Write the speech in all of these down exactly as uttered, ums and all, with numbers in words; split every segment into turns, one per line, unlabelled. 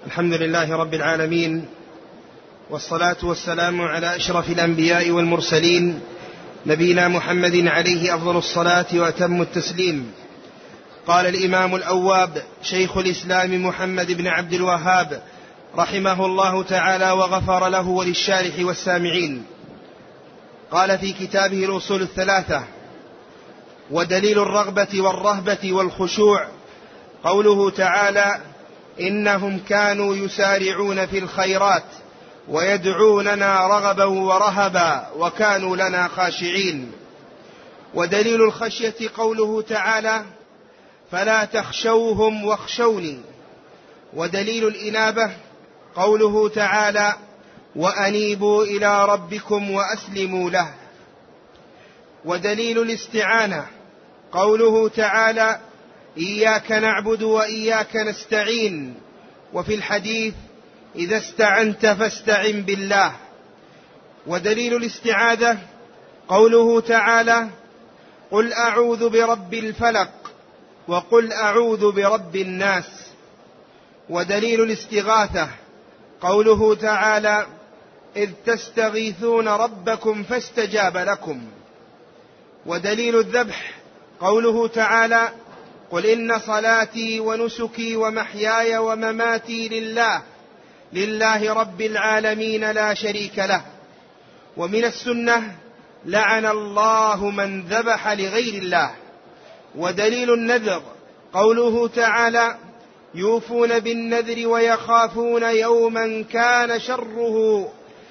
الحمد لله رب العالمين، والصلاة والسلام على أشرف الأنبياء والمرسلين، نبينا محمد عليه أفضل الصلاة وأتم التسليم. قال الإمام الأواب شيخ الإسلام محمد بن عبد الوهاب رحمه الله تعالى وغفر له وللشارح والسامعين، قال في كتابه الأصول الثلاثة: ودليل الرغبة والرهبة والخشوع قوله تعالى: إنهم كانوا يسارعون في الخيرات ويدعوننا رغبا ورهبا وكانوا لنا خاشعين. ودليل الخشية قوله تعالى: فلا تخشوهم واخشوني. ودليل الإنابة قوله تعالى: وأنيبوا إلى ربكم وأسلموا له. ودليل الاستعانة قوله تعالى: إياك نعبد وإياك نستعين. وفي الحديث: إذا استعنت فاستعن بالله. ودليل الاستعاذة قوله تعالى: قل أعوذ برب الفلق وقل أعوذ برب الناس. ودليل الاستغاثة قوله تعالى: إذ تستغيثون ربكم فاستجاب لكم. ودليل الذبح قوله تعالى: قل إن صلاتي ونسكي ومحياي ومماتي لله لله رب العالمين لا شريك له. ومن السنة: لعن الله من ذبح لغير الله. ودليل النذر قوله تعالى: يوفون بالنذر ويخافون يوما كان شره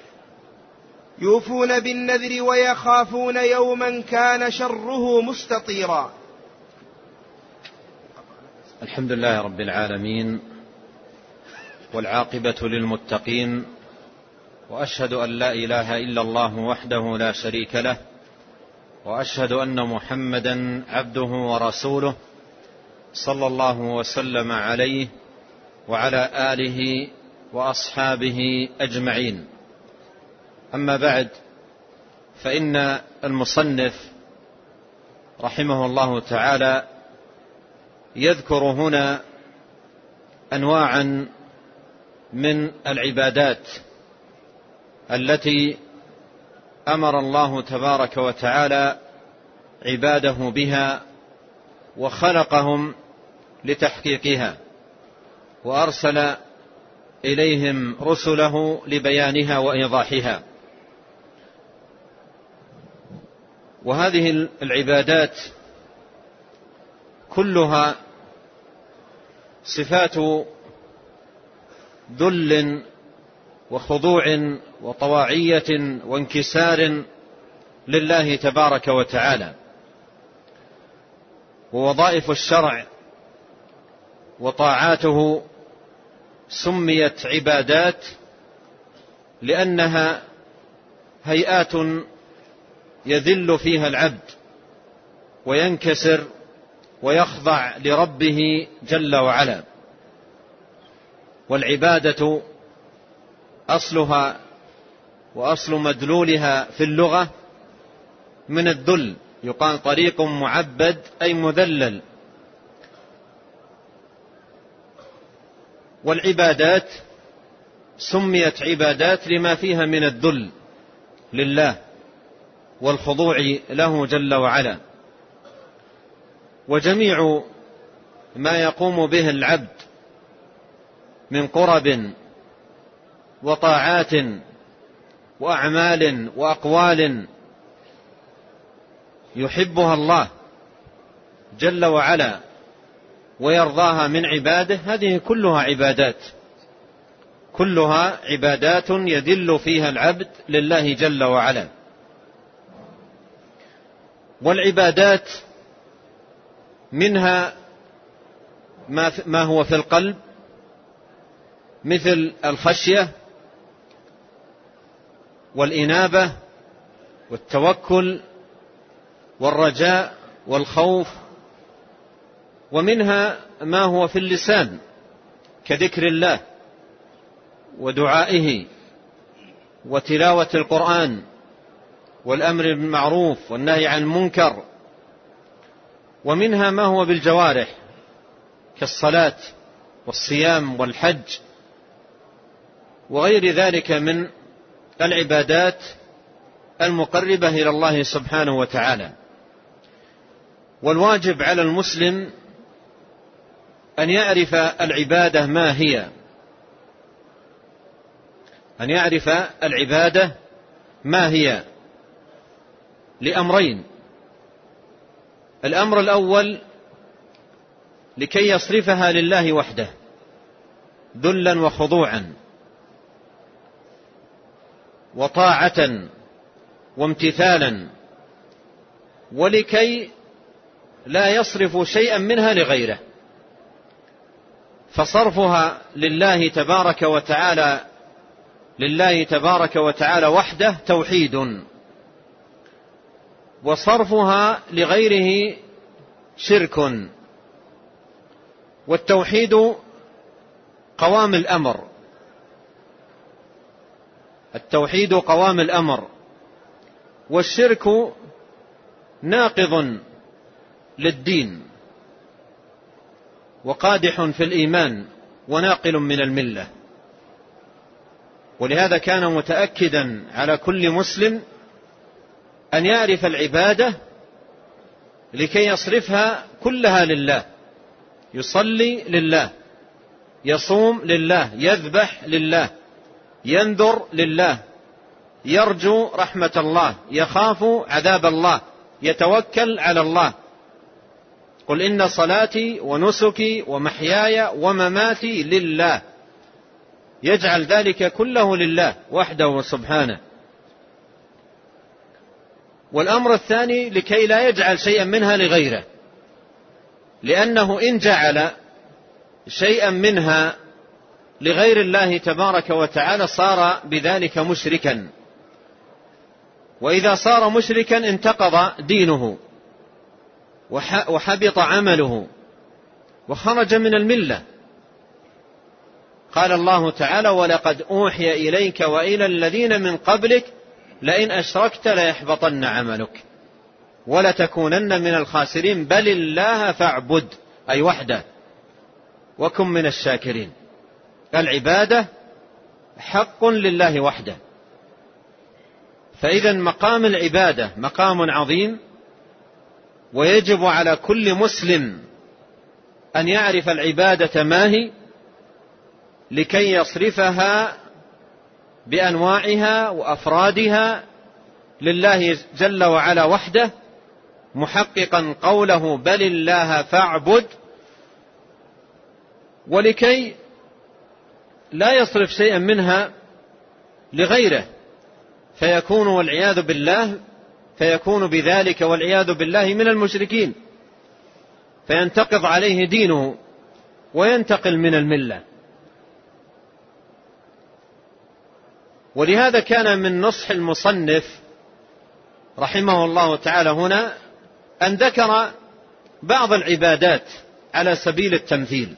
يوفون بالنذر ويخافون يوما كان شره مستطيرا.
الحمد لله رب العالمين، والعاقبة للمتقين، وأشهد أن لا إله إلا الله وحده لا شريك له، وأشهد أن محمدا عبده ورسوله صلى الله وسلم عليه وعلى آله وأصحابه أجمعين. أما بعد، فإن المصنف رحمه الله تعالى يذكر هنا أنواعا من العبادات التي أمر الله تبارك وتعالى عباده بها وخلقهم لتحقيقها، وأرسل إليهم رسله لبيانها وإيضاحها. وهذه العبادات كلها صفات ذل وخضوع وطواعية وانكسار لله تبارك وتعالى. ووظائف الشرع وطاعاته سميت عبادات لأنها هيئات يذل فيها العبد وينكسر ويخضع لربه جل وعلا. والعبادة أصلها وأصل مدلولها في اللغة من الذل، يقال طريق معبد أي مذلل. والعبادات سميت عبادات لما فيها من الذل لله والخضوع له جل وعلا. وجميع ما يقوم به العبد من قرب وطاعات وأعمال وأقوال يحبها الله جل وعلا ويرضاها من عباده، هذه كلها عبادات، كلها عبادات يذل فيها العبد لله جل وعلا. والعبادات منها ما هو في القلب مثل الخشية والإنابة والتوكل والرجاء والخوف. ومنها ما هو في اللسان كذكر الله ودعائه وتلاوة القرآن والأمر بالمعروف والنهي عن المنكر. ومنها ما هو بالجوارح كالصلاة والصيام والحج وغير ذلك من العبادات المقربة إلى الله سبحانه وتعالى. والواجب على المسلم أن يعرف العبادة ما هي، أن يعرف العبادة ما هي لأمرين. الأمر الأول لكي يصرفها لله وحده ذلا وخضوعا وطاعة وامتثالا، ولكي لا يصرف شيئا منها لغيره، فصرفها لله تبارك وتعالى لله تبارك وتعالى وحده توحيد، وصرفها لغيره شرك. والتوحيد قوام الأمر، التوحيد قوام الأمر، والشرك ناقض للدين وقادح في الإيمان وناقل من الملة. ولهذا كان متأكدا على كل مسلم أن يعرف العبادة لكي يصرفها كلها لله، يصلي لله، يصوم لله، يذبح لله، ينذر لله، يرجو رحمة الله، يخاف عذاب الله، يتوكل على الله. قل إن صلاتي ونسكي ومحياي ومماتي لله، يجعل ذلك كله لله وحده سبحانه. والأمر الثاني لكي لا يجعل شيئا منها لغيره، لأنه إن جعل شيئا منها لغير الله تبارك وتعالى صار بذلك مشركا، وإذا صار مشركا انتقض دينه وحبط عمله وخرج من الملة. قال الله تعالى: ولقد أوحي إليك وإلى الذين من قبلك لئن أشركت ليحبطن عملك ولتكونن من الخاسرين بل الله فاعبد، أي وحده، وكن من الشاكرين. العبادة حق لله وحده، فإذا مقام العبادة مقام عظيم، ويجب على كل مسلم أن يعرف العبادة ما هي لكي يصرفها بأنواعها وأفرادها لله جل وعلا وحده، محققا قوله بل الله فاعبد، ولكي لا يصرف شيئا منها لغيره فيكون والعياذ بالله فيكون بذلك والعياذ بالله من المشركين، فينتقض عليه دينه وينتقل من الملة. ولهذا كان من نصح المصنف رحمه الله تعالى هنا أن ذكر بعض العبادات على سبيل التمثيل،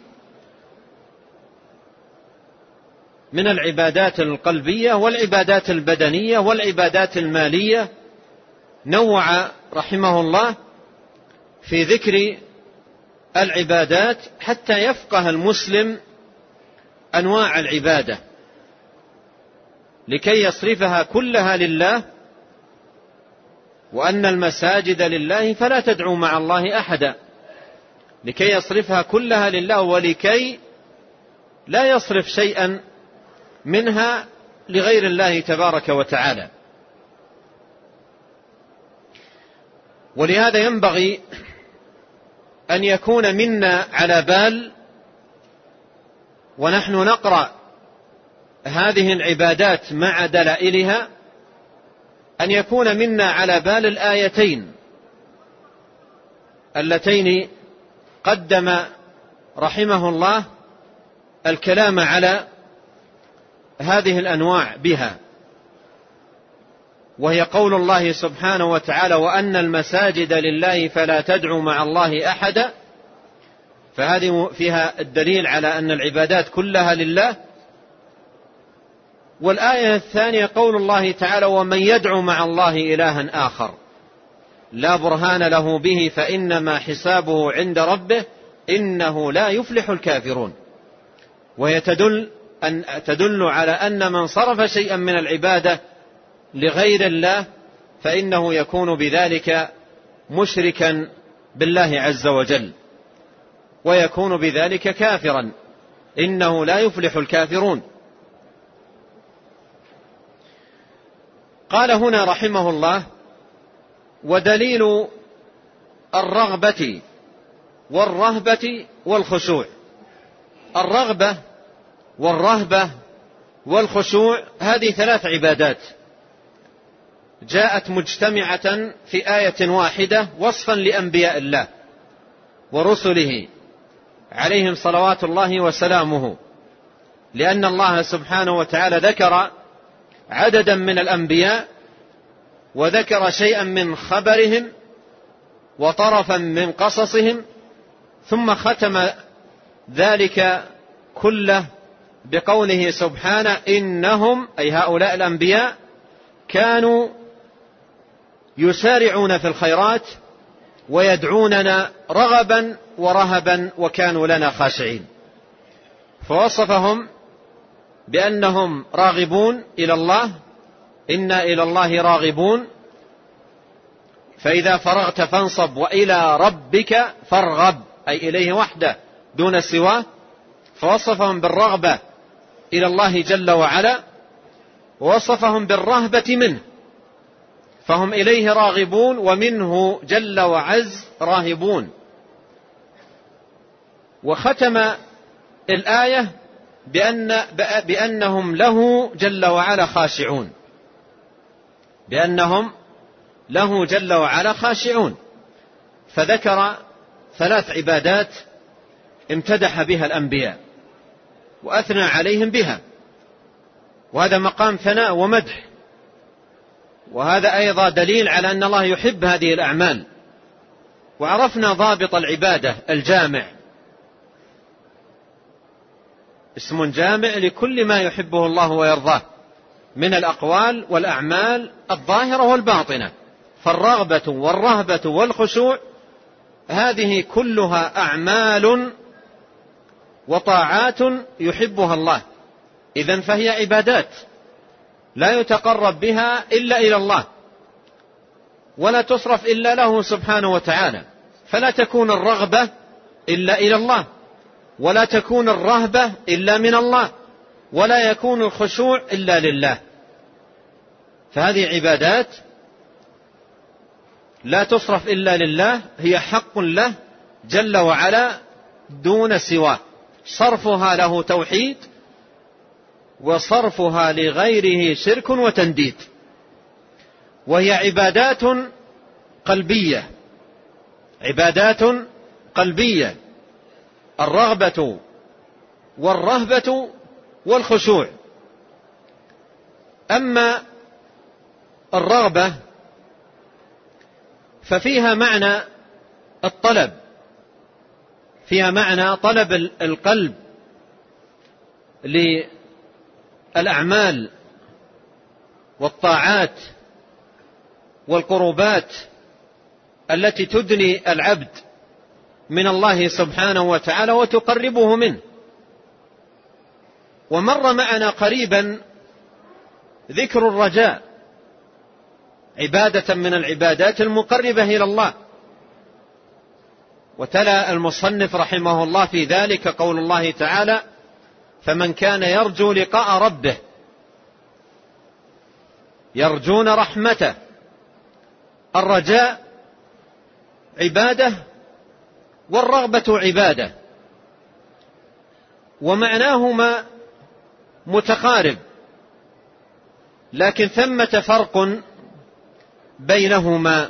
من العبادات القلبية والعبادات البدنية والعبادات المالية. نوع رحمه الله في ذكر العبادات حتى يفقه المسلم أنواع العبادة لكي يصرفها كلها لله، وأن المساجد لله فلا تدعوا مع الله أحدا، لكي يصرفها كلها لله، ولكي لا يصرف شيئا منها لغير الله تبارك وتعالى. ولهذا ينبغي أن يكون منا على بال ونحن نقرأ هذه العبادات مع دلائلها، أن يكون منا على بال الآيتين اللتين قدم رحمه الله الكلام على هذه الأنواع بها، وهي قول الله سبحانه وتعالى: وأن المساجد لله فلا تدعوا مع الله أحدا. فهذه فيها الدليل على أن العبادات كلها لله. والآية الثانية قول الله تعالى: ومن يدعو مع الله إلها آخر لا برهان له به فإنما حسابه عند ربه إنه لا يفلح الكافرون. وهي تدل أن تدل على أن من صرف شيئا من العبادة لغير الله فإنه يكون بذلك مشركا بالله عز وجل، ويكون بذلك كافرا. إنه لا يفلح الكافرون. قال هنا رحمه الله: ودليل الرغبة والرهبة والخشوع. الرغبة والرهبة والخشوع هذه ثلاث عبادات جاءت مجتمعة في آية واحدة وصفا لأنبياء الله ورسله عليهم صلوات الله وسلامه، لأن الله سبحانه وتعالى ذكر عددا من الأنبياء وذكر شيئا من خبرهم وطرفا من قصصهم، ثم ختم ذلك كله بقوله سبحانه: إنهم أي هؤلاء الأنبياء كانوا يسارعون في الخيرات ويدعوننا رغبا ورهبا وكانوا لنا خاشعين. فوصفهم بأنهم راغبون إلى الله، إنا إلى الله راغبون، فإذا فرغت فانصب وإلى ربك فارغب، أي إليه وحده دون سواه. فوصفهم بالرغبة إلى الله جل وعلا، ووصفهم بالرهبة منه، فهم إليه راغبون ومنه جل وعز راهبون. وختم الآية بأن بأنهم له جل وعلا خاشعون، بأنهم له جل وعلا خاشعون. فذكر ثلاث عبادات امتدح بها الأنبياء وأثنى عليهم بها، وهذا مقام ثناء ومدح، وهذا أيضا دليل على أن الله يحب هذه الأعمال. وعرفنا ضابط العبادة الجامع، اسم جامع لكل ما يحبه الله ويرضاه من الأقوال والأعمال الظاهرة والباطنة. فالرغبة والرهبة والخشوع هذه كلها أعمال وطاعات يحبها الله، إذن فهي عبادات لا يتقرب بها إلا إلى الله، ولا تصرف إلا له سبحانه وتعالى. فلا تكون الرغبة إلا إلى الله، ولا تكون الرهبة إلا من الله، ولا يكون الخشوع إلا لله. فهذه عبادات لا تصرف إلا لله، هي حق له جل وعلا دون سواه. صرفها له توحيد، وصرفها لغيره شرك وتنديد. وهي عبادات قلبية، عبادات قلبية، الرغبة والرهبة والخشوع. أما الرغبة ففيها معنى الطلب، فيها معنى طلب القلب للأعمال والطاعات والقربات التي تدني العبد من الله سبحانه وتعالى وتقربه منه. ومر معنا قريبا ذكر الرجاء، عبادة من العبادات المقربة إلى الله. وتلا المصنف رحمه الله في ذلك قول الله تعالى: فمن كان يرجو لقاء ربه، يرجون رحمته. الرجاء عبادة والرغبة عبادة، ومعناهما متقارب، لكن ثمة فرق بينهما،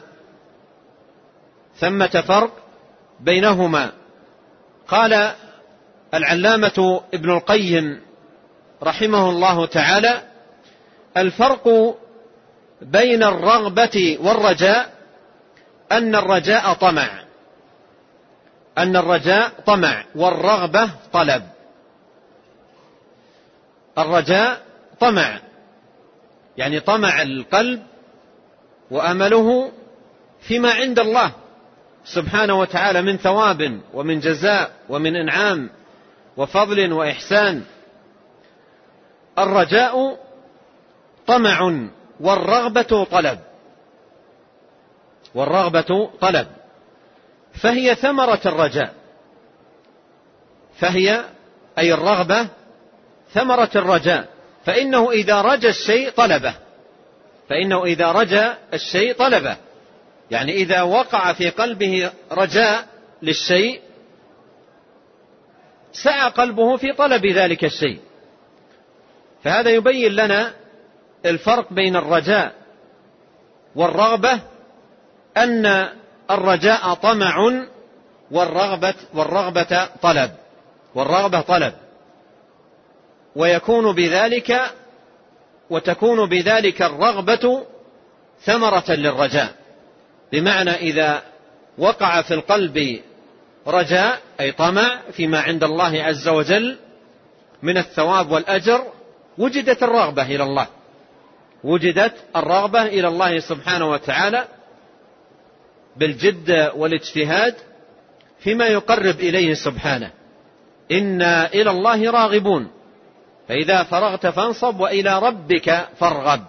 ثمة فرق بينهما. قال العلامة ابن القيم رحمه الله تعالى: الفرق بين الرغبة والرجاء أن الرجاء طمع، أن الرجاء طمع والرغبة طلب. الرجاء طمع، يعني طمع القلب وأمله فيما عند الله سبحانه وتعالى من ثواب ومن جزاء ومن إنعام وفضل وإحسان. الرجاء طمع والرغبة طلب، والرغبة طلب، فهي ثمرة الرجاء، فهي أي الرغبة ثمرة الرجاء، فإنه إذا رجى الشيء طلبه، فإنه إذا رجى الشيء طلبه، يعني إذا وقع في قلبه رجاء للشيء سعى قلبه في طلب ذلك الشيء. فهذا يبين لنا الفرق بين الرجاء والرغبة، أن الرجاء طمع والرغبة, والرغبة طلب، والرغبة طلب، ويكون بذلك وتكون بذلك الرغبة ثمرة للرجاء، بمعنى إذا وقع في القلب رجاء أي طمع فيما عند الله عز وجل من الثواب والأجر، وجدت الرغبة إلى الله، وجدت الرغبة إلى الله سبحانه وتعالى بالجد والاجتهاد فيما يقرب إليه سبحانه. إنا إلى الله راغبون، فإذا فرغت فانصب وإلى ربك فارغب.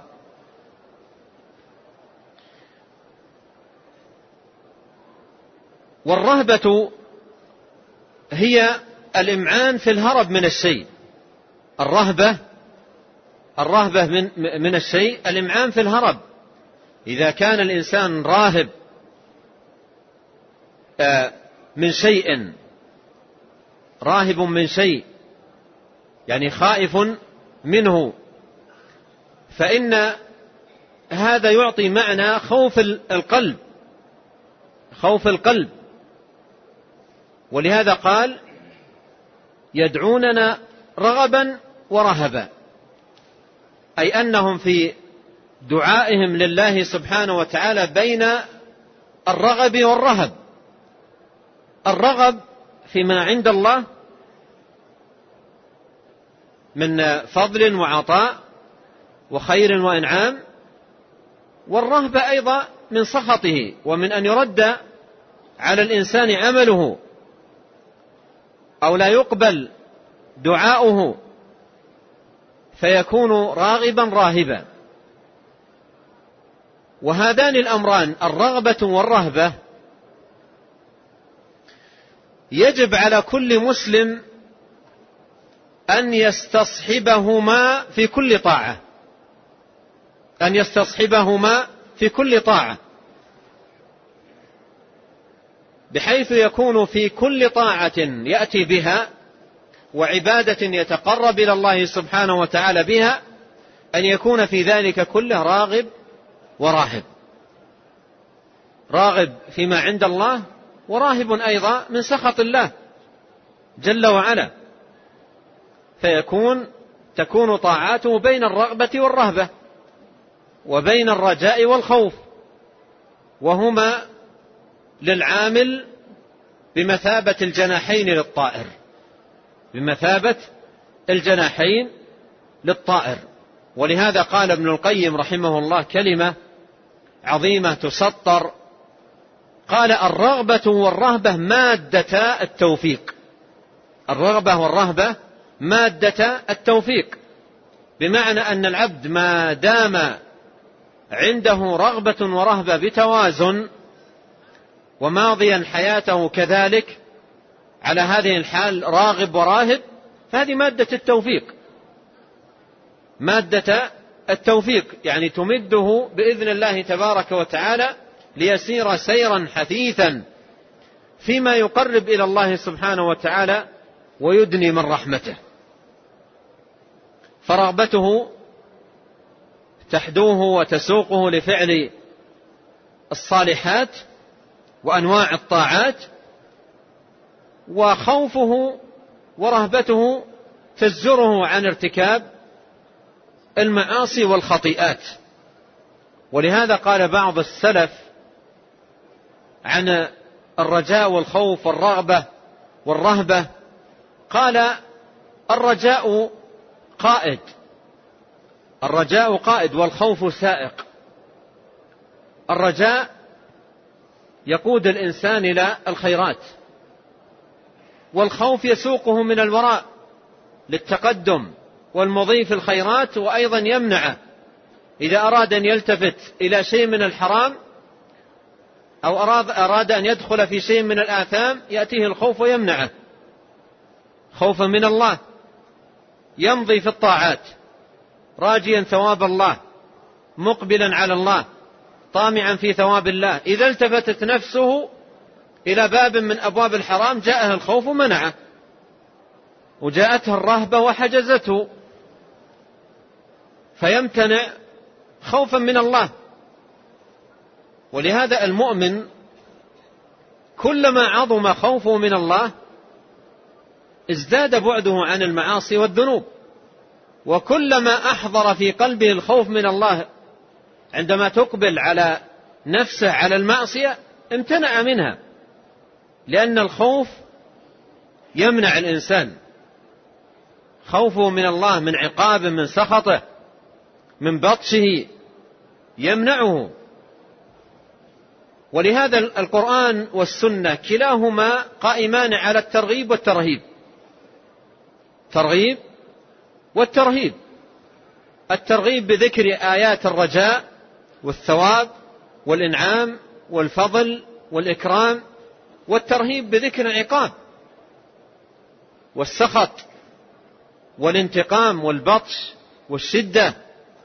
والرهبة هي الإمعان في الهرب من الشيء، الرهبة الرهبة من, من الشيء الإمعان في الهرب. إذا كان الإنسان راهب من شيء، راهب من شيء يعني خائف منه، فإن هذا يعطي معنى خوف القلب، خوف القلب. ولهذا قال يدعوننا رغبا ورهبا، أي أنهم في دعائهم لله سبحانه وتعالى بين الرغب والرهب. الرغب فيما عند الله من فضل وعطاء وخير وإنعام، والرهبة أيضا من سخطه ومن أن يرد على الإنسان عمله أو لا يقبل دعاؤه فيكون راغبا راهبا. وهذان الأمران الرغبة والرهبة يجب على كل مسلم أن يستصحبهما في كل طاعة، أن يستصحبهما في كل طاعة، بحيث يكون في كل طاعة يأتي بها وعبادة يتقرب إلى الله سبحانه وتعالى بها أن يكون في ذلك كله راغب وراهب، راغب فيما عند الله وراهب أيضا من سخط الله جل وعلا، فيكون تكون طاعاته بين الرغبة والرهبة وبين الرجاء والخوف، وهما للعامل بمثابة الجناحين للطائر، بمثابة الجناحين للطائر. ولهذا قال ابن القيم رحمه الله كلمة عظيمة تسطر، قال الرغبة والرهبة مادة التوفيق، الرغبة والرهبة مادة التوفيق، بمعنى أن العبد ما دام عنده رغبة ورهبة بتوازن وماضيا حياته كذلك على هذه الحال راغب وراهب، فهذه مادة التوفيق، مادة التوفيق، يعني تمده بإذن الله تبارك وتعالى ليسير سيرا حثيثا فيما يقرب إلى الله سبحانه وتعالى ويدني من رحمته. فرغبته تحدوه وتسوقه لفعل الصالحات وأنواع الطاعات، وخوفه ورهبته تزجره عن ارتكاب المعاصي والخطيئات. ولهذا قال بعض السلف عن الرجاء والخوف والرغبة والرهبة، قال الرجاء قائد، الرجاء قائد والخوف سائق. الرجاء يقود الإنسان إلى الخيرات، والخوف يسوقه من الوراء للتقدم والمضي في الخيرات، وأيضا يمنعه إذا أراد أن يلتفت إلى شيء من الحرام أو أراد, أراد أن يدخل في شيء من الآثام يأتيه الخوف ويمنعه، خوفا من الله. يمضي في الطاعات راجيا ثواب الله، مقبلا على الله، طامعا في ثواب الله. إذا التفتت نفسه إلى باب من أبواب الحرام جاءه الخوف ومنعه، وجاءته الرهبة وحجزته، فيمتنع خوفا من الله. ولهذا المؤمن كلما عظم خوفه من الله ازداد بعده عن المعاصي والذنوب، وكلما أحضر في قلبه الخوف من الله عندما تقبل على نفسه على المعصية امتنع منها، لأن الخوف يمنع الإنسان، خوفه من الله، من عقابه، من سخطه، من بطشه، يمنعه. ولهذا القرآن والسنة كلاهما قائمان على الترغيب والترهيب، ترغيب والترهيب. الترغيب بذكر آيات الرجاء والثواب والإنعام والفضل والإكرام، والترهيب بذكر العقاب والسخط والانتقام والبطش والشدة.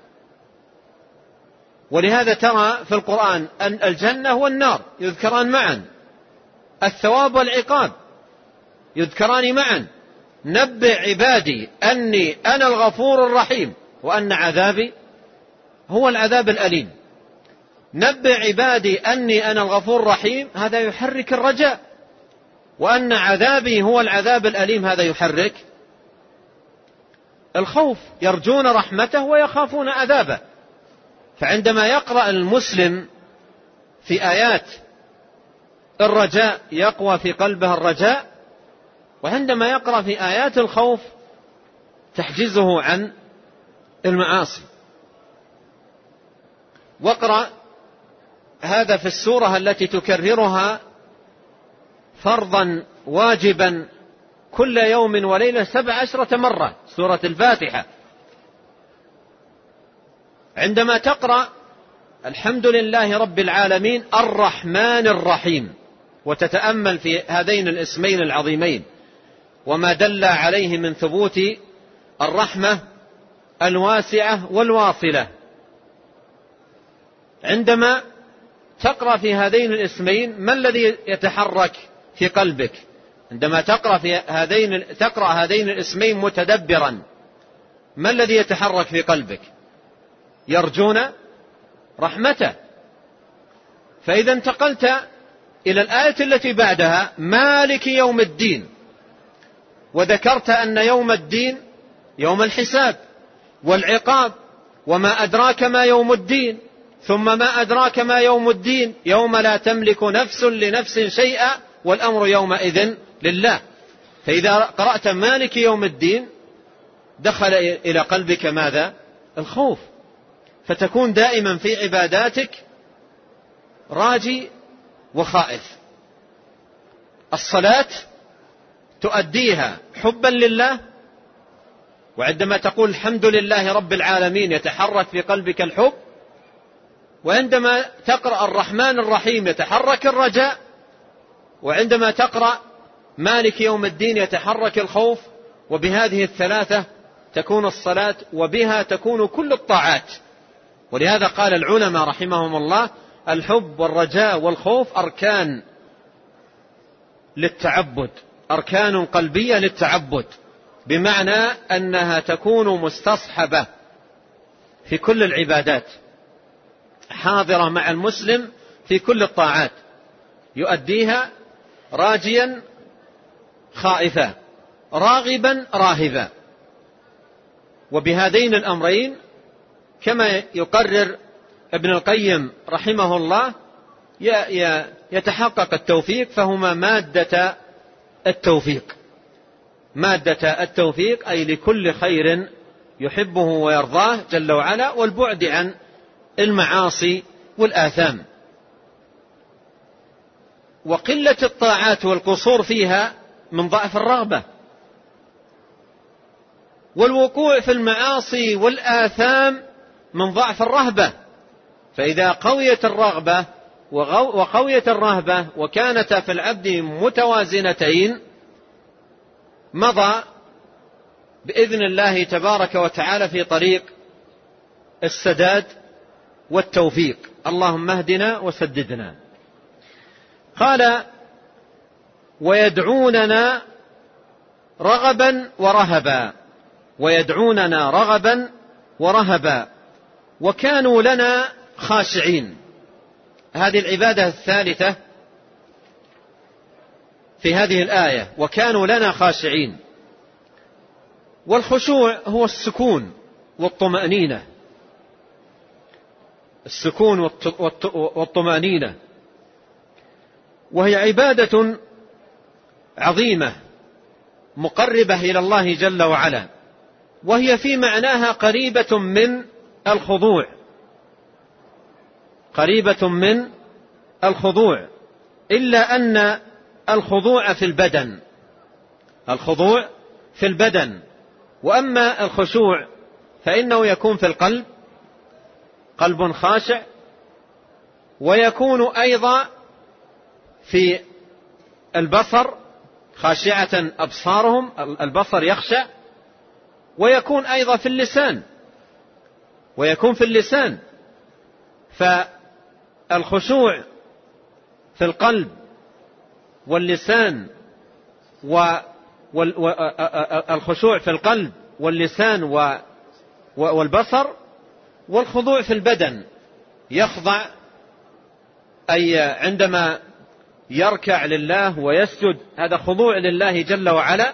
ولهذا ترى في القرآن أن الجنة والنار يذكران معا، الثواب والعقاب يذكران معا. نبئ عبادي أني أنا الغفور الرحيم وأن عذابي هو العذاب الأليم. نبئ عبادي أني أنا الغفور الرحيم، هذا يحرك الرجاء، وأن عذابي هو العذاب الأليم، هذا يحرك الخوف. يرجون رحمته ويخافون عذابه. فعندما يقرأ المسلم في آيات الرجاء يقوى في قلبه الرجاء، وعندما يقرأ في آيات الخوف تحجزه عن المعاصي. واقرأ هذا في السورة التي تكررها فرضا واجبا كل يوم وليلة سبع عشرة مرة، سورة الفاتحة. عندما تقرأ الحمد لله رب العالمين الرحمن الرحيم، وتتأمل في هذين الاسمين العظيمين وما دل عليه من ثبوت الرحمة الواسعة والواصلة، عندما تقرأ في هذين الاسمين ما الذي يتحرك في قلبك؟ عندما تقرأ في هذين تقرأ هذين الاسمين متدبرا ما الذي يتحرك في قلبك؟ يرجون رحمته. فإذا انتقلت إلى الآية التي بعدها مالك يوم الدين، وذكرت أن يوم الدين يوم الحساب والعقاب، وما أدراك ما يوم الدين، ثم ما أدراك ما يوم الدين، يوم لا تملك نفس لنفس شيئا والأمر يومئذ لله. فإذا قرأت مالك يوم الدين دخل إلى قلبك ماذا؟ الخوف، فتكون دائما في عباداتك راجي وخائف. الصلاة تؤديها حبا لله، وعندما تقول الحمد لله رب العالمين يتحرك في قلبك الحب، وعندما تقرأ الرحمن الرحيم يتحرك الرجاء، وعندما تقرأ مالك يوم الدين يتحرك الخوف. وبهذه الثلاثة تكون الصلاة، وبها تكون كل الطاعات. ولهذا قال العلماء رحمهم الله الحب والرجاء والخوف أركان للتعبد، أركان قلبية للتعبد، بمعنى أنها تكون مستصحبة في كل العبادات، حاضرة مع المسلم في كل الطاعات، يؤديها راجيا خائفا، راغبا راهبا. وبهذين الأمرين كما يقرر ابن القيم رحمه الله يتحقق التوفيق، فهما مادة التوفيق، مادة التوفيق أي لكل خير يحبه ويرضاه جل وعلا، والبعد عن المعاصي والآثام. وقلة الطاعات والقصور فيها من ضعف الرغبة، والوقوع في المعاصي والآثام من ضعف الرهبة. فإذا قويت الرغبة وقويت الرهبة وكانتا في العبد متوازنتين مضى بإذن الله تبارك وتعالى في طريق السداد والتوفيق. اللهم اهدنا وسددنا. قال ويدعوننا رغبا ورهبا، ويدعوننا رغبا ورهبا وكانوا لنا خاشعين. هذه العبادة الثالثة في هذه الآية، وكانوا لنا خاشعين. والخشوع هو السكون والطمأنينة، السكون والطمأنينة، وهي عبادة عظيمة مقربة إلى الله جل وعلا، وهي في معناها قريبة من الخضوع، قريبة من الخضوع، إلا أن الخضوع في البدن، الخضوع في البدن، وأما الخشوع فإنه يكون في القلب، قلب خاشع، ويكون أيضا في البصر، خاشعة أبصارهم، البصر يخشع، ويكون أيضا في اللسان، ويكون في اللسان. فالخشوع في القلب واللسان والخشوع في القلب واللسان والبصر، والخضوع في البدن، يخضع أي عندما يركع لله ويسجد، هذا خضوع لله جل وعلا.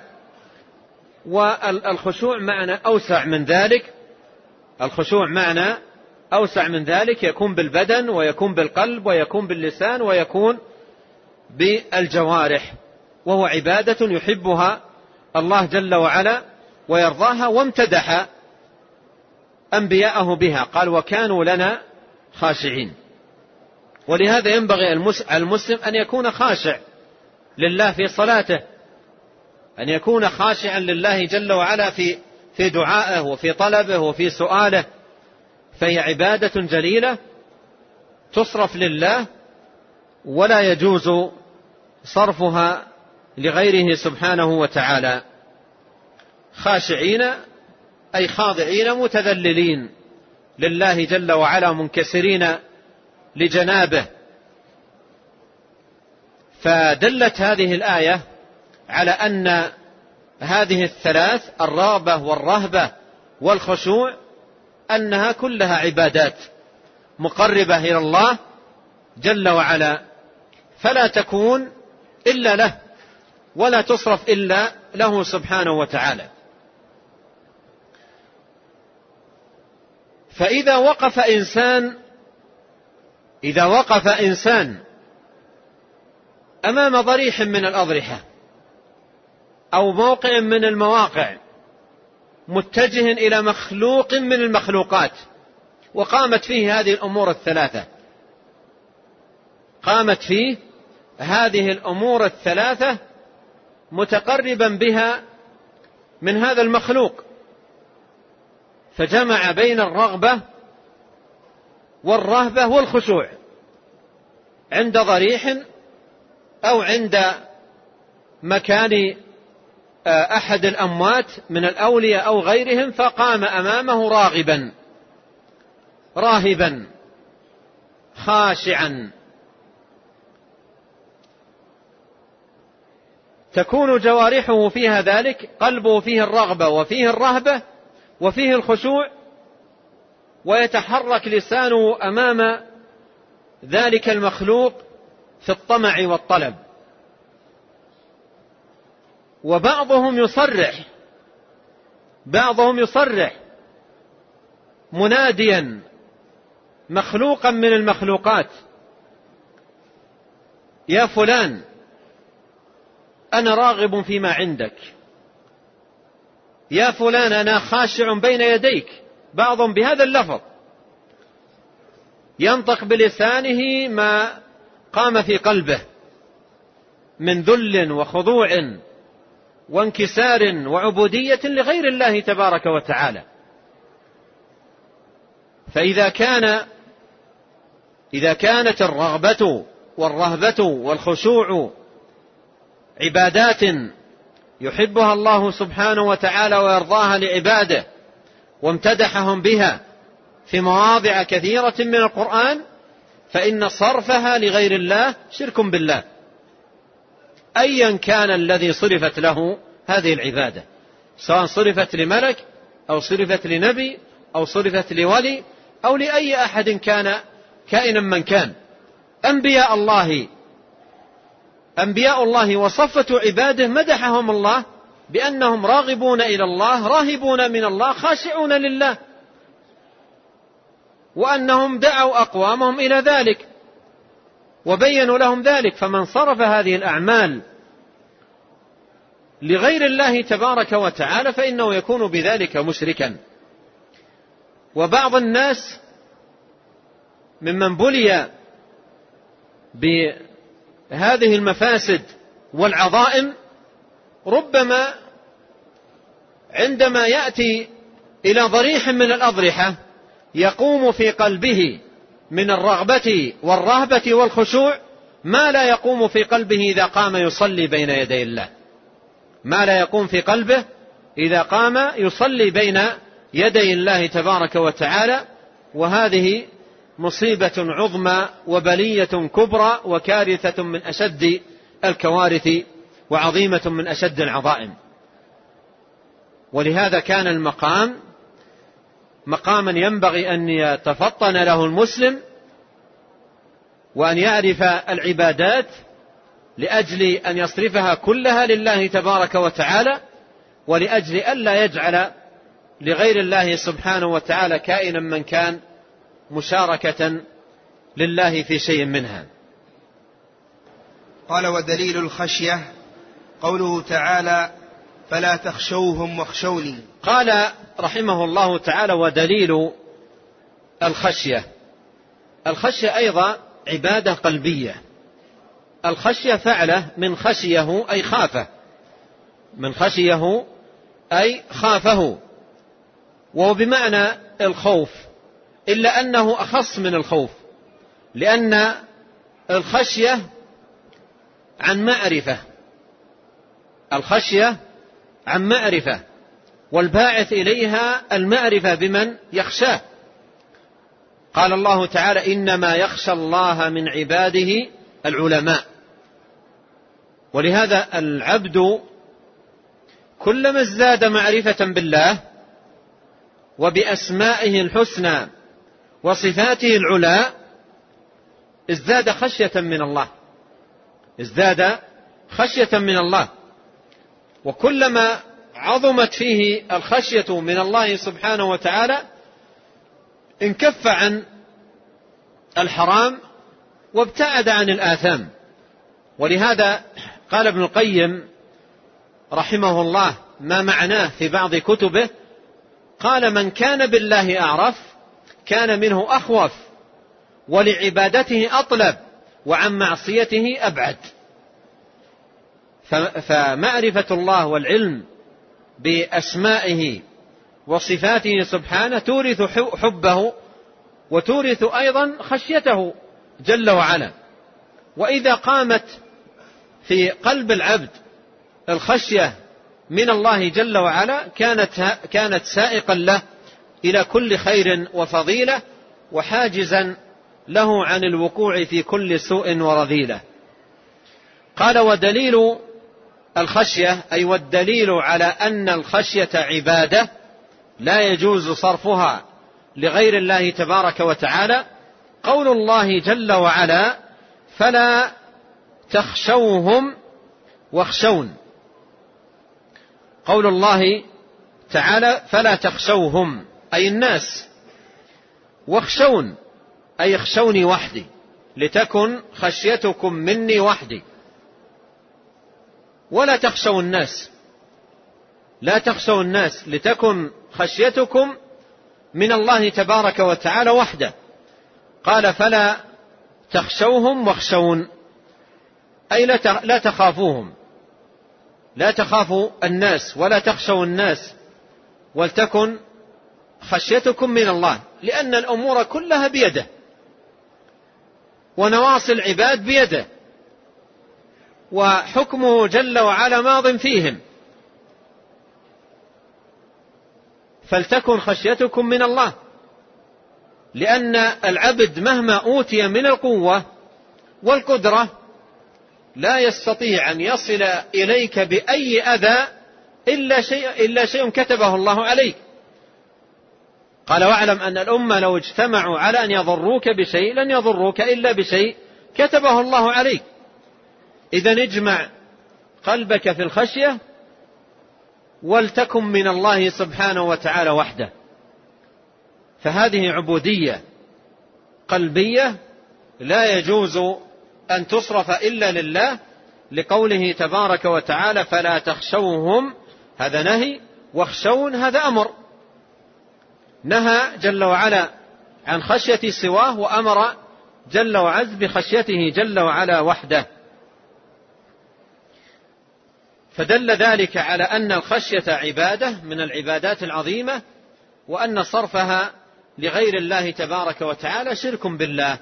والخشوع معنى أوسع من ذلك، الخشوع معنى أوسع من ذلك، يكون بالبدن ويكون بالقلب ويكون باللسان ويكون بالجوارح، وهو عبادة يحبها الله جل وعلا ويرضاها، وامتدح أنبياءه بها، قال وكانوا لنا خاشعين. ولهذا ينبغي المسلم أن يكون خاشع لله في صلاته، أن يكون خاشعا لله جل وعلا في في دعائه وفي طلبه وفي سؤاله، فهي عبادة جليلة تصرف لله ولا يجوز صرفها لغيره سبحانه وتعالى. خاشعين أي خاضعين متذللين لله جل وعلا، منكسرين لجنابه. فدلت هذه الآية على أن هذه الثلاث، الرغبة والرهبة والخشوع، أنها كلها عبادات مقربة إلى الله جل وعلا، فلا تكون إلا له ولا تصرف إلا له سبحانه وتعالى. فإذا وقف إنسان إذا وقف إنسان أمام ضريح من الأضرحة أو موقع من المواقع متجه إلى مخلوق من المخلوقات، وقامت فيه هذه الأمور الثلاثة، قامت فيه هذه الأمور الثلاثة متقربا بها من هذا المخلوق، فجمع بين الرغبة والرهبة والخشوع عند ضريح أو عند مكان أحد الأموات من الأولياء أو غيرهم، فقام أمامه راغبا راهبا خاشعا. تكون جوارحه فيها ذلك، قلبه فيه الرغبة وفيه الرهبة وفيه الخشوع، ويتحرك لسانه أمام ذلك المخلوق في الطمع والطلب. وبعضهم يصرح بعضهم يصرح مناديا مخلوقا من المخلوقات: يا فلان أنا راغب فيما عندك، يا فلان أنا خاشع بين يديك. بعضهم بهذا اللفظ ينطق بلسانه ما قام في قلبه من ذل وخضوع وانكسار وعبودية لغير الله تبارك وتعالى. فإذا كان إذا كانت الرغبة والرهبة والخشوع عبادات يحبها الله سبحانه وتعالى ويرضاها لعباده وامتدحهم بها في مواضع كثيرة من القرآن، فإن صرفها لغير الله شرك بالله، أيا كان الذي صرفت له هذه العبادة، سواء صرفت لملك أو صرفت لنبي أو صرفت لولي أو لأي أحد كان كائنا من كان. أنبياء الله أنبياء الله وصفة عباده مدحهم الله بأنهم راغبون إلى الله، راهبون من الله، خاشعون لله، وأنهم دعوا أقوامهم إلى ذلك وبينوا لهم ذلك. فمن صرف هذه الأعمال لغير الله تبارك وتعالى فإنه يكون بذلك مشركا. وبعض الناس ممن بلي بهذه المفاسد والعظائم ربما عندما يأتي إلى ضريح من الأضرحة يقوم في قلبه من الرغبة والرهبة والخشوع ما لا يقوم في قلبه إذا قام يصلي بين يدي الله، ما لا يقوم في قلبه إذا قام يصلي بين يدي الله تبارك وتعالى. وهذه مصيبة عظمى وبلية كبرى وكارثة من أشد الكوارث وعظيمة من أشد العظائم. ولهذا كان المقام مقاما ينبغي أن يتفطن له المسلم وأن يعرف العبادات لأجل أن يصرفها كلها لله تبارك وتعالى، ولأجل ألا يجعل لغير الله سبحانه وتعالى كائنا من كان مشاركة لله في شيء منها.
قال: ودليل الخشية قوله تعالى: فلا تخشوهم واخشوني.
قال رحمه الله تعالى: ودليل الخشية. الخشية أيضا عبادة قلبية. الخشية فعله من خشيه أي خافه، من خشيه أي خافه، وهو بمعنى الخوف، إلا أنه أخص من الخوف، لأن الخشية عن معرفة، الخشية عن معرفة، والباعث إليها المعرفة بمن يخشاه. قال الله تعالى: إنما يخشى الله من عباده العلماء. ولهذا العبد كلما ازداد معرفة بالله وبأسمائه الحسنى وصفاته العلى ازداد خشية من الله، ازداد خشية من الله. وكلما عظمت فيه الخشية من الله سبحانه وتعالى انكف عن الحرام وابتعد عن الآثام. ولهذا قال ابن القيم رحمه الله ما معناه في بعض كتبه، قال: من كان بالله أعرف كان منه أخوف، ولعبادته أطلب، وعن معصيته أبعد. فمعرفة الله والعلم بأسمائه وصفاته سبحانه تورث حبه وتورث أيضا خشيته جل وعلا. وإذا قامت في قلب العبد الخشية من الله جل وعلا كانت كانت سائقا له إلى كل خير وفضيلة، وحاجزا له عن الوقوع في كل سوء ورذيلة. قال: ودليل الخشية أي والدليل على أن الخشية عبادة لا يجوز صرفها لغير الله تبارك وتعالى قول الله جل وعلا: فلا تخشوهم واخشون. قول الله تعالى: فلا تخشوهم أي الناس، واخشون أي اخشوني وحدي، لتكن خشيتكم مني وحدي. ولا تخشوا الناس، لا تخشوا الناس، لتكن خشيتكم من الله تبارك وتعالى وحده. قال: فلا تخشوهم واخشون أي لا تخافوهم. لا تخافوا الناس ولا تخشوا الناس ولتكن خشيتكم من الله، لأن الأمور كلها بيده ونواصي العباد بيده وحكمه جل وعلا ماض فيهم، فلتكن خشيتكم من الله. لأن العبد مهما أوتي من القوة والقدرة لا يستطيع أن يصل إليك بأي أذى إلا شيء, إلا شيء كتبه الله عليك. قال واعلم أن الأمة لو اجتمعوا على أن يضروك بشيء لن يضروك إلا بشيء كتبه الله عليك. إذن اجمع قلبك في الخشية ولتكن من الله سبحانه وتعالى وحده. فهذه عبودية قلبية لا يجوز أن تصرف إلا لله، لقوله تبارك وتعالى فلا تخشوهم، هذا نهي، واخشون هذا أمر. نهى جل وعلا عن خشية سواه وأمر جل وعز بخشيته جل وعلا وحده. فدل ذلك على أن الخشية عبادة من العبادات العظيمة، وأن صرفها لغير الله تبارك وتعالى شرك بالله.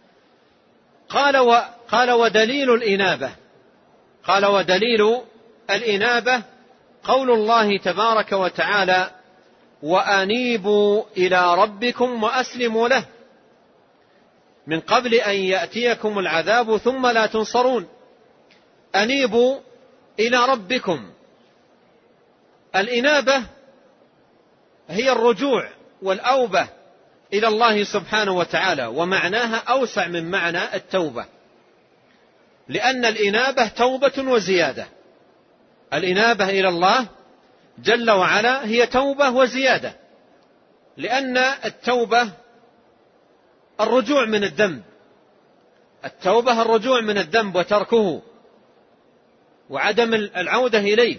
قال و قال ودليل الإنابة قال ودليل الإنابة قول الله تبارك وتعالى وأنيبوا إلى ربكم وأسلموا له من قبل أن يأتيكم العذاب ثم لا تنصرون. أنيبوا إلى ربكم، الإنابة هي الرجوع والأوبة إلى الله سبحانه وتعالى، ومعناها أوسع من معنى التوبة، لأن الإنابة توبة وزيادة. الإنابة إلى الله جل وعلا هي توبة وزيادة، لأن التوبة الرجوع من الذنب، التوبة الرجوع من الذنب وتركه وعدم العودة إليه،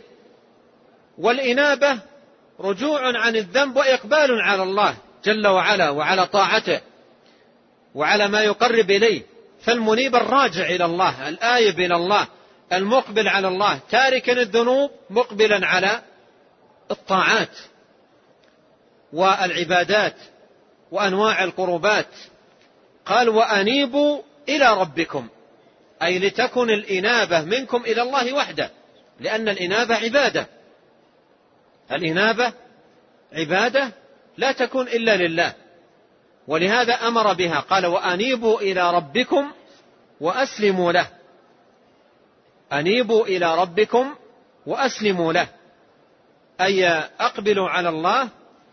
والإنابة رجوع عن الذنب وإقبال على الله جل وعلا وعلى طاعته وعلى ما يقرب إليه. فالمنيب الراجع إلى الله، الآيب إلى الله، المقبل على الله، تاركا الذنوب مقبلا على الطاعات والعبادات وأنواع القربات. قال وأنيبوا إلى ربكم، أي لتكن الإنابة منكم إلى الله وحده، لأن الإنابة عبادة، الإنابة عبادة لا تكون إلا لله، ولهذا أمر بها. قال وأنيبوا إلى ربكم وأسلموا له، أنيبوا إلى ربكم وأسلموا له، أي أقبلوا على الله،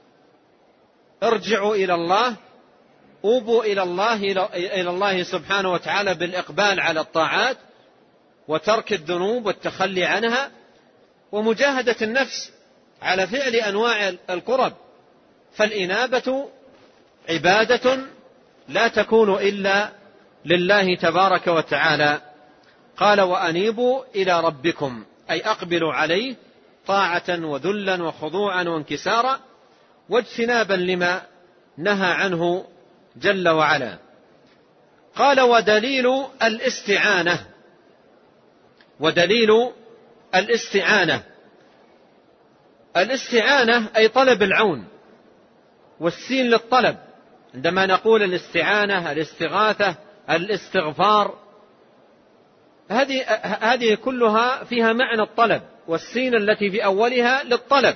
ارجعوا إلى الله، أوبوا إلى الله إلى الله سبحانه وتعالى بالإقبال على الطاعات وترك الذنوب والتخلي عنها ومجاهدة النفس على فعل أنواع القرب. فالإنابة عبادة لا تكون إلا لله تبارك وتعالى. قال وأنيبوا إلى ربكم، أي أقبلوا عليه طاعة وذلا وخضوعا وانكسارا واجتنابا لما نهى عنه جل وعلا. قال ودليل الاستعانة ودليل الاستعانة الاستعانة أي طلب العون، والسين للطلب. عندما نقول الاستعانة، الاستغاثة، الاستغفار، هذه هذه كلها فيها معنى الطلب، والسين التي في أولها للطلب.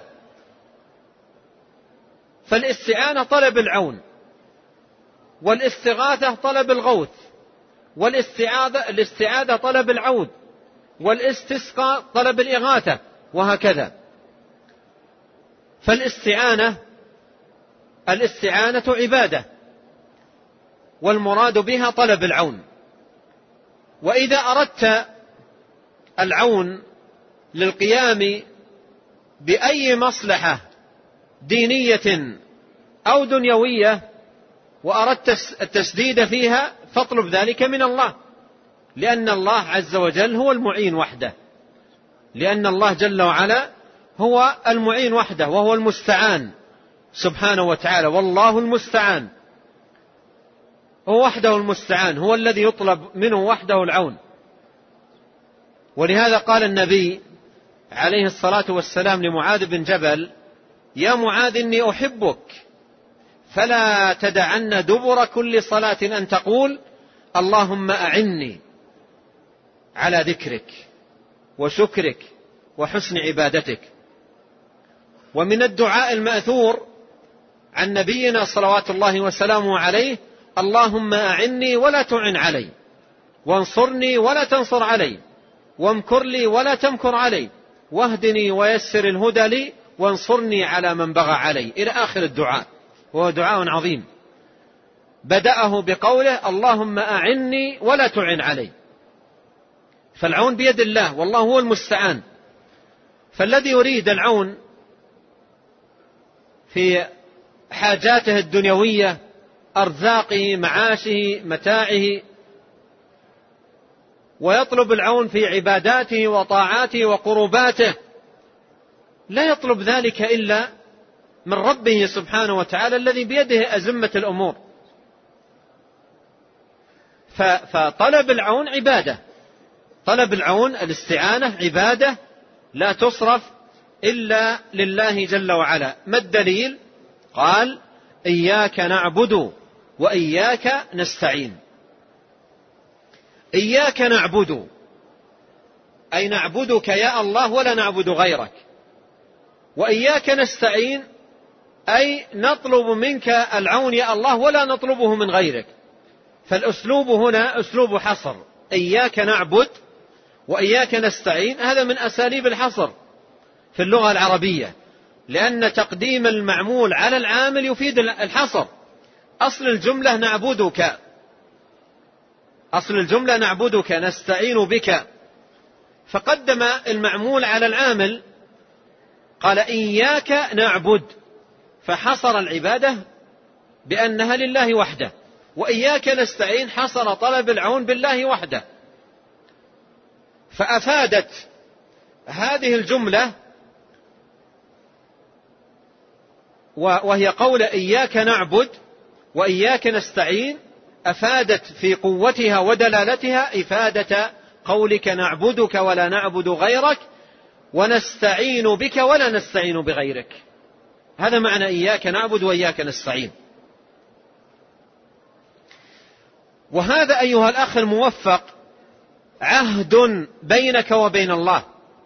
فالاستعانة طلب العون، والاستغاثة طلب الغوث، والاستعاذة الاستعاذة طلب العود، والاستسقاء طلب الإغاثة، وهكذا. فالاستعانة الاستعانة عبادة، والمراد بها طلب العون. وإذا أردت العون للقيام بأي مصلحة دينية أو دنيوية وأردت التسديد فيها فاطلب ذلك من الله، لأن الله عز وجل هو المعين وحده، لأن الله جل وعلا هو المعين وحده، وهو المستعان سبحانه وتعالى. والله المستعان، هو وحده المستعان، هو الذي يطلب منه وحده العون. ولهذا قال النبي عليه الصلاة والسلام لمعاذ بن جبل: يا معاذ إني أحبك فلا تدعن دبر كل صلاة أن تقول اللهم أعني على ذكرك وشكرك وحسن عبادتك. ومن الدعاء المأثور عن نبينا صلوات الله وسلامه عليه: اللهم أعني ولا تعن علي، وانصرني ولا تنصر علي، وامكر لي ولا تمكر علي، واهدني ويسر الهدى لي، وانصرني على من بغى علي، إلى آخر الدعاء. وهو دعاء عظيم بدأه بقوله: اللهم أعني ولا تعن علي. فالعون بيد الله والله هو المستعان. فالذي يريد العون في حاجاته الدنيوية، أرزاقه، معاشه، متاعه، ويطلب العون في عباداته وطاعاته وقرباته، لا يطلب ذلك إلا من ربه سبحانه وتعالى الذي بيده أزمة الأمور. فطلب العون عبادة، طلب العون الاستعانة عبادة لا تصرف إلا لله جل وعلا. ما الدليل؟ قال: إياك نعبد وإياك نستعين. إياك نعبد أي نعبدك يا الله ولا نعبد غيرك، وإياك نستعين أي نطلب منك العون يا الله ولا نطلبه من غيرك. فالأسلوب هنا أسلوب حصر: إياك نعبد وإياك نستعين. هذا من أساليب الحصر في اللغة العربية، لأن تقديم المعمول على العامل يفيد الحصر. أصل الجملة نعبدك، أصل الجملة نعبدك نستعين بك، فقدم المعمول على العامل، قال إياك نعبد، فحصر العبادة بأنها لله وحده، وإياك نستعين حصر طلب العون بالله وحده. فأفادت هذه الجملة وهي قول إياك نعبد وإياك نستعين، أفادت في قوتها ودلالتها إفادة قولك نعبدك ولا نعبد غيرك، ونستعين بك ولا نستعين بغيرك. هذا معنى إياك نعبد وإياك نستعين. وهذا أيها الأخ الموفق عهد بينك وبين الله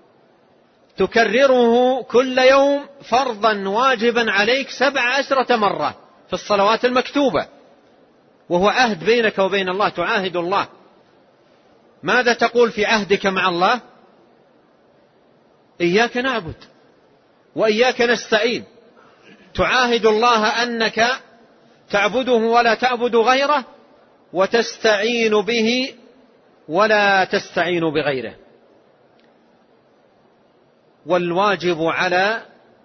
تكرره كل يوم فرضا واجبا عليك سبع عشرة مرة في الصلوات المكتوبة، وهو عهد بينك وبين الله، تعاهد الله. ماذا تقول في عهدك مع الله؟ إياك نعبد وإياك نستعين. تعاهد الله أنك تعبده ولا تعبد غيره، وتستعين به ولا تستعين بغيره. والواجب على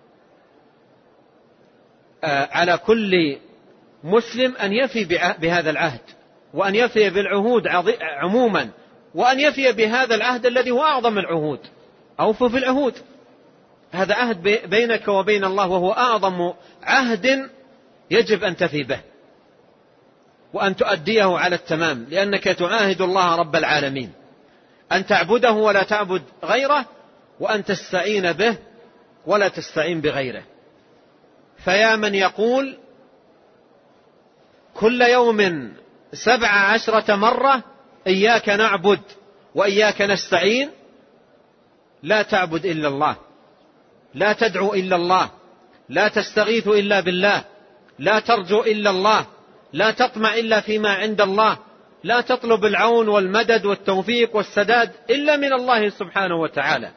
على كل مسلم أن يفي بهذا العهد، وأن يفي بالعهود عموما، وأن يفي بهذا العهد الذي هو أعظم العهود. أوفوا في العهود، هذا عهد بينك وبين الله، وهو أعظم عهد يجب أن تفي به وأن تؤديه على التمام، لأنك تعاهد الله رب العالمين أن تعبده ولا تعبد غيره، وأن تستعين به ولا تستعين بغيره. فيا من يقول كل يوم سبع عشرة مرة إياك نعبد وإياك نستعين، لا تعبد إلا الله، لا تدعو إلا الله، لا تستغيث إلا بالله، لا ترجو إلا الله، لا تطمع إلا فيما عند الله، لا تطلب العون والمدد والتوفيق والسداد إلا من الله سبحانه وتعالى.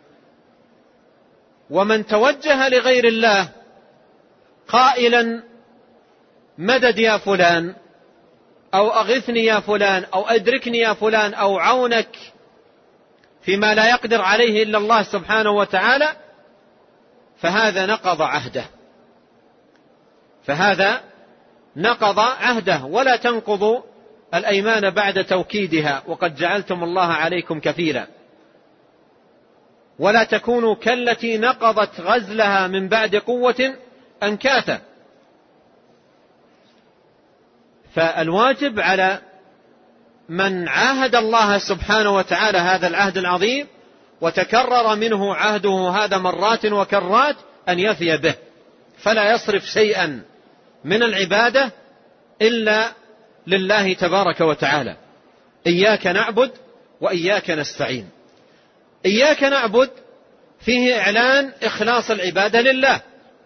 ومن توجه لغير الله قائلا مدد يا فلان، أو أغثني يا فلان، أو أدركني يا فلان، أو عونك فيما لا يقدر عليه إلا الله سبحانه وتعالى، فهذا نقض عهده، فهذا نقض عهده. ولا تنقضوا الأيمان بعد توكيدها، وقد جعلتم الله عليكم كفيلا. ولا تكونوا كالتي نقضت غزلها من بعد قوة أنكاثا. فالواجب على من عاهد الله سبحانه وتعالى هذا العهد العظيم، وتكرر منه عهده هذا مرات وكرات أن يفي به، فلا يصرف شيئا من العبادة إلا لله تبارك وتعالى. إياك نعبد وإياك نستعين. إياك نعبد فيه إعلان إخلاص العبادة لله،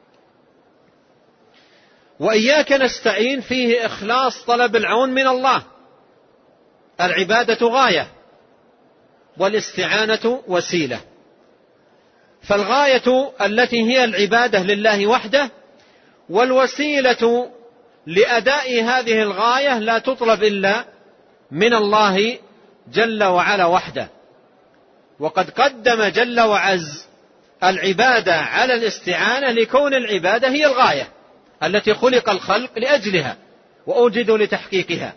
وإياك نستعين فيه إخلاص طلب العون من الله. العبادة غاية والاستعانة وسيلة، فالغاية التي هي العبادة لله وحده، والوسيلة لأداء هذه الغاية لا تطلب إلا من الله جل وعلا وحده. وقد قدم جل وعز العبادة على الاستعانة لكون العبادة هي الغاية التي خلق الخلق لأجلها وأوجدوا لتحقيقها،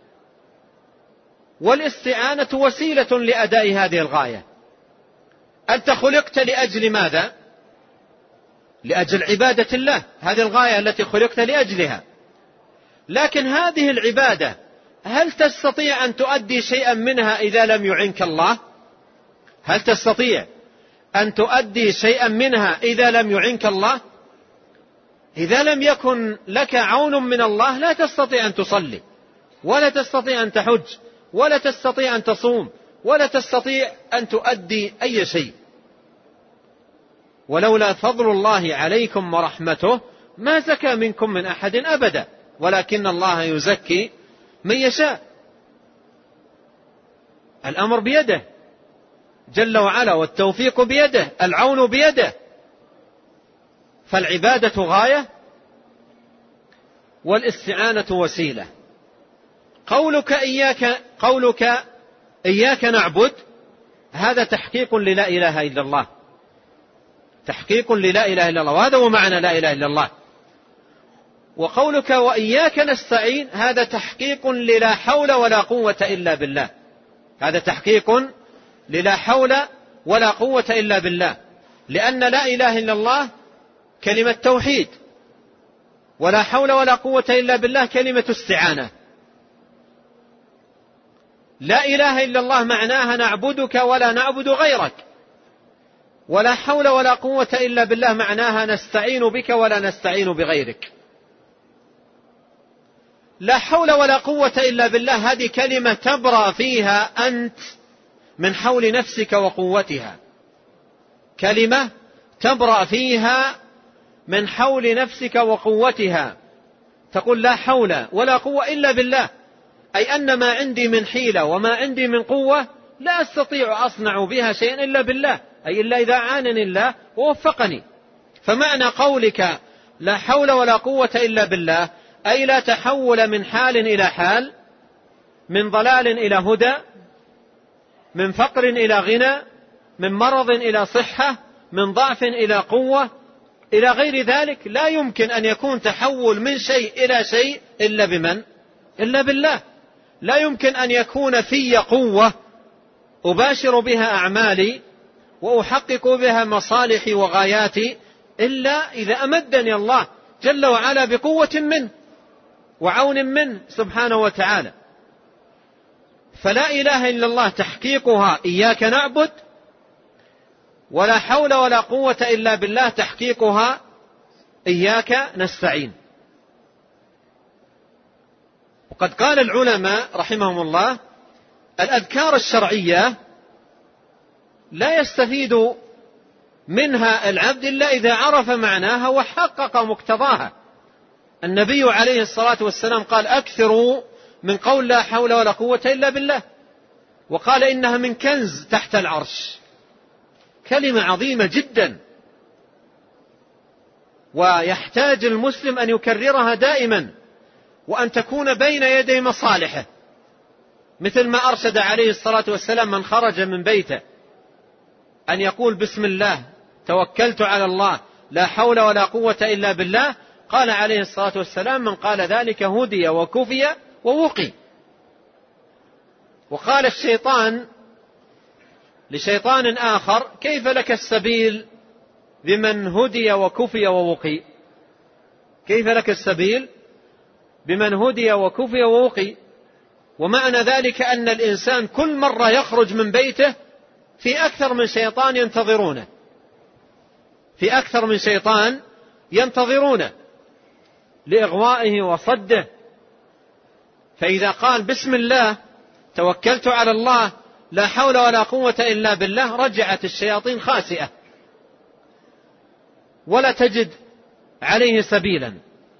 والاستعانة وسيلة لأداء هذه الغاية. أنت خلقت لأجل ماذا؟ لأجل عبادة الله، هذه الغاية التي خلقت لأجلها. لكن هذه العبادة هل تستطيع أن تؤدي شيئا منها إذا لم يعنك الله؟ هل تستطيع أن تؤدي شيئا منها إذا لم يعنك الله؟ إذا لم يكن لك عون من الله لا تستطيع أن تصلي، ولا تستطيع أن تحج، ولا تستطيع أن تصوم، ولا تستطيع أن تؤدي أي شيء. ولولا فضل الله عليكم ورحمته ما زكى منكم من أحد أبدا، ولكن الله يزكي من يشاء. الأمر بيده جل وعلا، والتوفيق بيده، العون بيده. فالعبادة غاية والاستعانة وسيلة. قولك إياك, قولك إياك نعبد هذا تحقيق للا إله إلا الله، تحقيق للا إله إلا الله، وهذا هو معنى لا إله إلا الله. وقولك وإياك نستعين هذا تحقيق للا حول ولا قوة إلا بالله، هذا تحقيق للا حول ولا قوة إلا بالله، لأن لا إله إلا الله كلمة توحيد، ولا حول ولا قوة إلا بالله كلمة استعانة. لا إله إلا الله معناها نعبدك ولا نعبد غيرك، ولا حول ولا قوة إلا بالله معناها نستعين بك ولا نستعين بغيرك. لا حول ولا قوة إلا بالله هذه كلمة تبرأ فيها أنت من حول نفسك وقوتها، كلمة تبرأ فيها من حول نفسك وقوتها، تقول لا حول ولا قوة إلا بالله، أي أن ما عندي من حيلة وما عندي من قوة لا أستطيع أصنع بها شيئا إلا بالله، أي إلا إذا عانني الله ووفقني. فمعنى قولك لا حول ولا قوة إلا بالله أي لا تحول من حال إلى حال، من ضلال إلى هدى، من فقر إلى غنى، من مرض إلى صحة، من ضعف إلى قوة إلى غير ذلك. لا يمكن أن يكون تحول من شيء إلى شيء إلا بمن؟ إلا بالله. لا يمكن أن يكون في قوة أباشر بها أعمالي وأحقق بها مصالحي وغاياتي إلا إذا أمدني الله جل وعلا بقوة منه وعون منه سبحانه وتعالى. فلا إله إلا الله تحقيقها إياك نعبد، ولا حول ولا قوة إلا بالله تحقيقها إياك نستعين. وقد قال العلماء رحمهم الله الأذكار الشرعية لا يستفيد منها العبد إلا إذا عرف معناها وحقق مقتضاها. النبي عليه الصلاة والسلام قال أكثروا من قول لا حول ولا قوة إلا بالله، وقال إنها من كنز تحت العرش، كلمة عظيمة جدا، ويحتاج المسلم أن يكررها دائما، وأن تكون بين يدي مصالحه، مثل ما أرشد عليه الصلاة والسلام من خرج من بيته أن يقول بسم الله توكلت على الله لا حول ولا قوة إلا بالله. قال عليه الصلاة والسلام من قال ذلك هدي وكفي ووقي. وقال الشيطان لشيطان آخر كيف لك السبيل بمن هدي وكفي ووقي؟ كيف لك السبيل بمن هدي وكفي ووقي؟ ومعنى ذلك أن الإنسان كل مرة يخرج من بيته في أكثر من شيطان ينتظرونه في أكثر من شيطان ينتظرونه لإغوائه وصده. فإذا قال بسم الله توكلت على الله لا حول ولا قوة إلا بالله رجعت الشياطين خاسئة ولا تجد عليه سبيلا.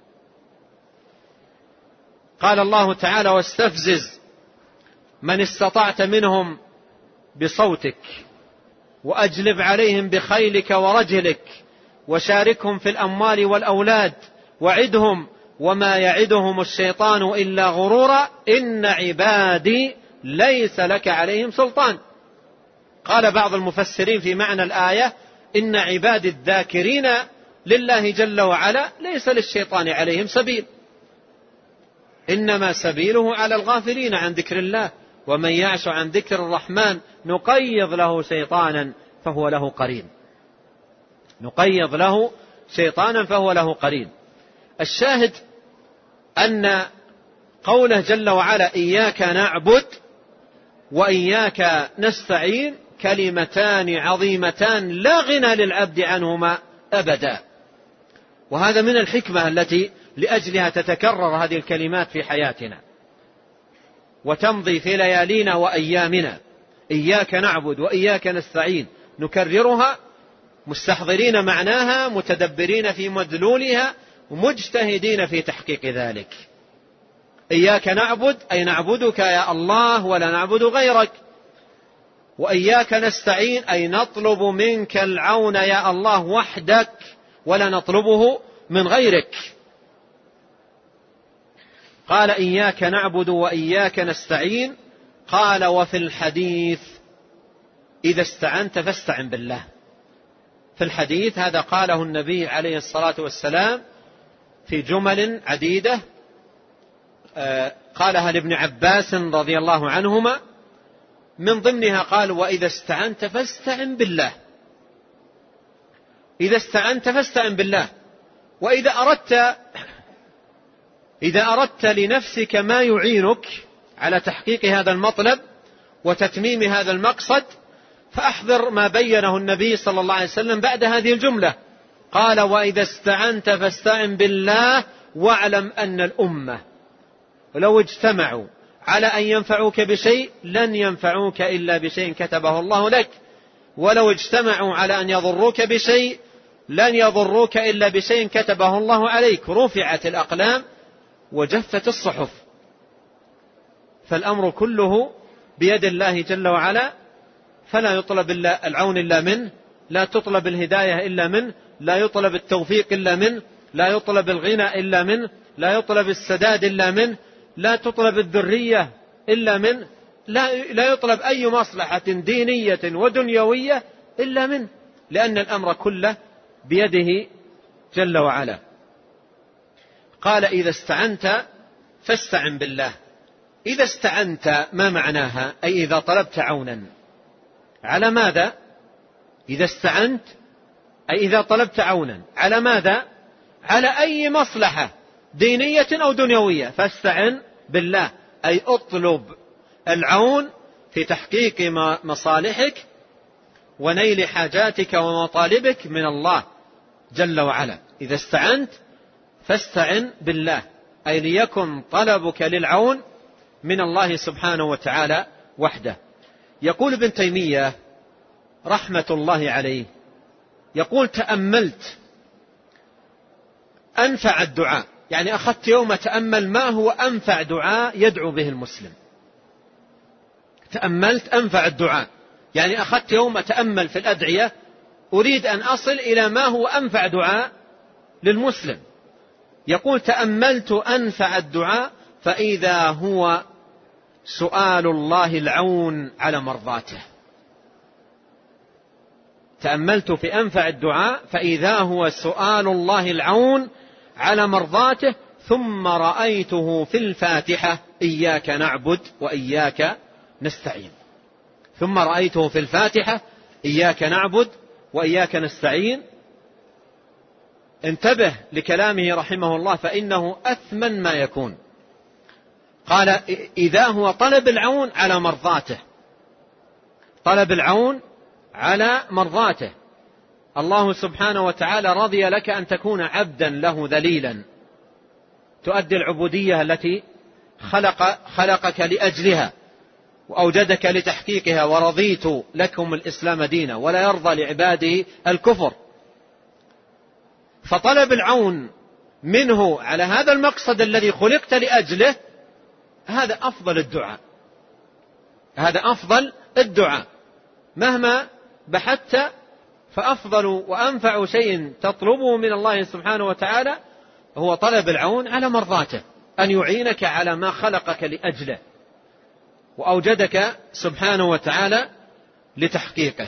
قال الله تعالى واستفزز من استطعت منهم بصوتك وأجلب عليهم بخيلك ورجلك وشاركهم في الأموال والأولاد وعدهم وما يعدهم الشيطان إلا غرورا إن عبادي ليس لك عليهم سلطان. قال بعض المفسرين في معنى الآية إن عبادي الذاكرين لله جل وعلا ليس للشيطان عليهم سبيل، إنما سبيله على الغافلين عن ذكر الله ومن يعش عن ذكر الرحمن نقيض له شيطانا فهو له قرين نقيض له شيطانا فهو له قرين. الشاهد أن قوله جل وعلا إياك نعبد وإياك نستعين كلمتان عظيمتان لا غنى للعبد عنهما أبدا. وهذا من الحكمة التي لأجلها تتكرر هذه الكلمات في حياتنا وتمضي في ليالينا وأيامنا. إياك نعبد وإياك نستعين نكررها مستحضرين معناها متدبرين في مدلولها ومجتهدين في تحقيق ذلك. إياك نعبد أي نعبدك يا الله ولا نعبد غيرك، وإياك نستعين أي نطلب منك العون يا الله وحدك ولا نطلبه من غيرك. قال إياك نعبد وإياك نستعين. قال وفي الحديث إذا استعنت فاستعن بالله. في الحديث هذا قاله النبي عليه الصلاة والسلام في جمل عديدة قالها لابن عباس رضي الله عنهما، من ضمنها قال وإذا استعنت فاستعن بالله. إذا استعنت فاستعن بالله. وإذا أردت إذا أردت لنفسك ما يعينك على تحقيق هذا المطلب وتتميم هذا المقصد فأحضر ما بينه النبي صلى الله عليه وسلم بعد هذه الجملة. قال وإذا استعنت فاستعن بالله واعلم أن الأمة لو اجتمعوا على أن ينفعوك بشيء لن ينفعوك إلا بشيء كتبه الله لك، ولو اجتمعوا على أن يضروك بشيء لن يضروك إلا بشيء كتبه الله عليك. رفعت الأقلام وجفت الصحف. فالأمر كله بيد الله جل وعلا، فلا يطلب العون إلا منه، لا تطلب الهداية إلا منه، لا يطلب التوفيق إلا منه، لا يطلب الغنى إلا منه، لا يطلب السداد إلا منه، لا تطلب الذرية إلا منه، لا, لا يطلب أي مصلحة دينية ودنيوية إلا منه، لأن الأمر كله بيده جل وعلا. قال إذا استعنت فاستعن بالله. إذا استعنت ما معناها؟ أي إذا طلبت عونا. على ماذا؟ إذا استعنت أي إذا طلبت عونا على ماذا؟ على أي مصلحة دينية أو دنيوية فاستعن بالله، أي اطلب العون في تحقيق مصالحك ونيل حاجاتك ومطالبك من الله جل وعلا. إذا استعنت فاستعن بالله، أي ليكن طلبك للعون من الله سبحانه وتعالى وحده. يقول ابن تيمية رحمة الله عليه، يقول تأملت أنفع الدعاء، يعني أخذت يوم تأمل ما هو أنفع دعاء يدعو به المسلم. تأملت أنفع الدعاء، يعني أخذت يوم تأمل في الأدعية أريد أن أصل إلى ما هو أنفع دعاء للمسلم. يقول تأملت أنفع الدعاء فإذا هو سؤال الله العون على مرضاته. تأملت في أنفع الدعاء فإذا هو سؤال الله العون على مرضاته. ثم رأيته في الفاتحة إياك نعبد وإياك نستعين. ثم رأيته في الفاتحة إياك نعبد وإياك نستعين. انتبه لكلامه رحمه الله فإنه أثمن ما يكون. قال إذا هو طلب العون على مرضاته، طلب العون على مرضاته. الله سبحانه وتعالى رضي لك أن تكون عبدا له ذليلا تؤدي العبودية التي خلق خلقك لأجلها وأوجدك لتحقيقها، ورضيت لكم الإسلام دينا، ولا يرضى لعباده الكفر. فطلب العون منه على هذا المقصد الذي خلقت لأجله هذا أفضل الدعاء، هذا أفضل الدعاء. مهما بحثت فأفضل وأنفع شيء تطلبه من الله سبحانه وتعالى هو طلب العون على مرضاته، أن يعينك على ما خلقك لأجله وأوجدك سبحانه وتعالى لتحقيقه.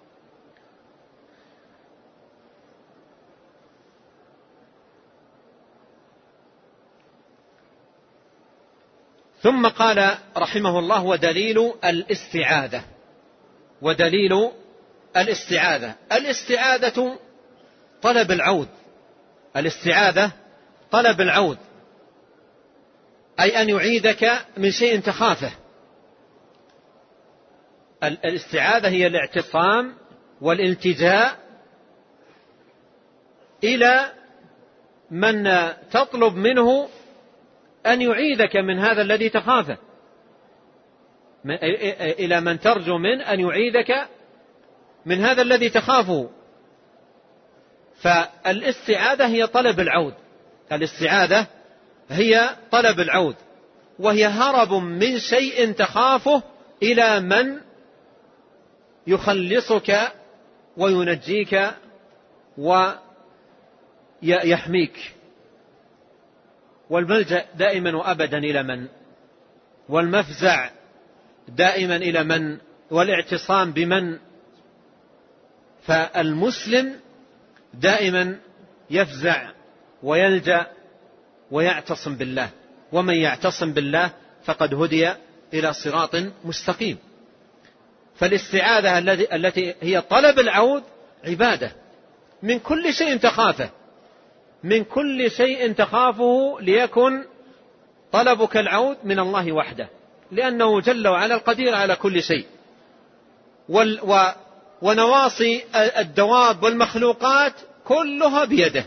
ثم قال رحمه الله: ودليل الاستعاذة، ودليل الاستعاذة الاستعاذة طلب العوذ، الاستعاذة طلب العوذ، أي أن يعيذك من شيء تخافه. الاستعاذة هي الاعتصام والالتجاء إلى من تطلب منه أن يعيذك من هذا الذي تخافه، إلى من ترجو من أن يعيذك من هذا الذي تخافه. فالاستعاذة هي طلب العوذ، الاستعاذة هي طلب العوذ، وهي هرب من شيء تخافه إلى من يخلصك وينجيك ويحميك. والملجأ دائما وأبدا إلى من؟ والمفزع دائما إلى من؟ والاعتصام بمن؟ فالمسلم دائما يفزع ويلجأ ويعتصم بالله، ومن يعتصم بالله فقد هدي إلى صراط مستقيم. فالاستعاذة التي هي طلب العوذ عبادة من كل شيء تخافه، من كل شيء تخافه، ليكن طلبك العوذ من الله وحده، لأنه جل وعلا القدير على كل شيء. ونواصي الدواب والمخلوقات كلها بيده.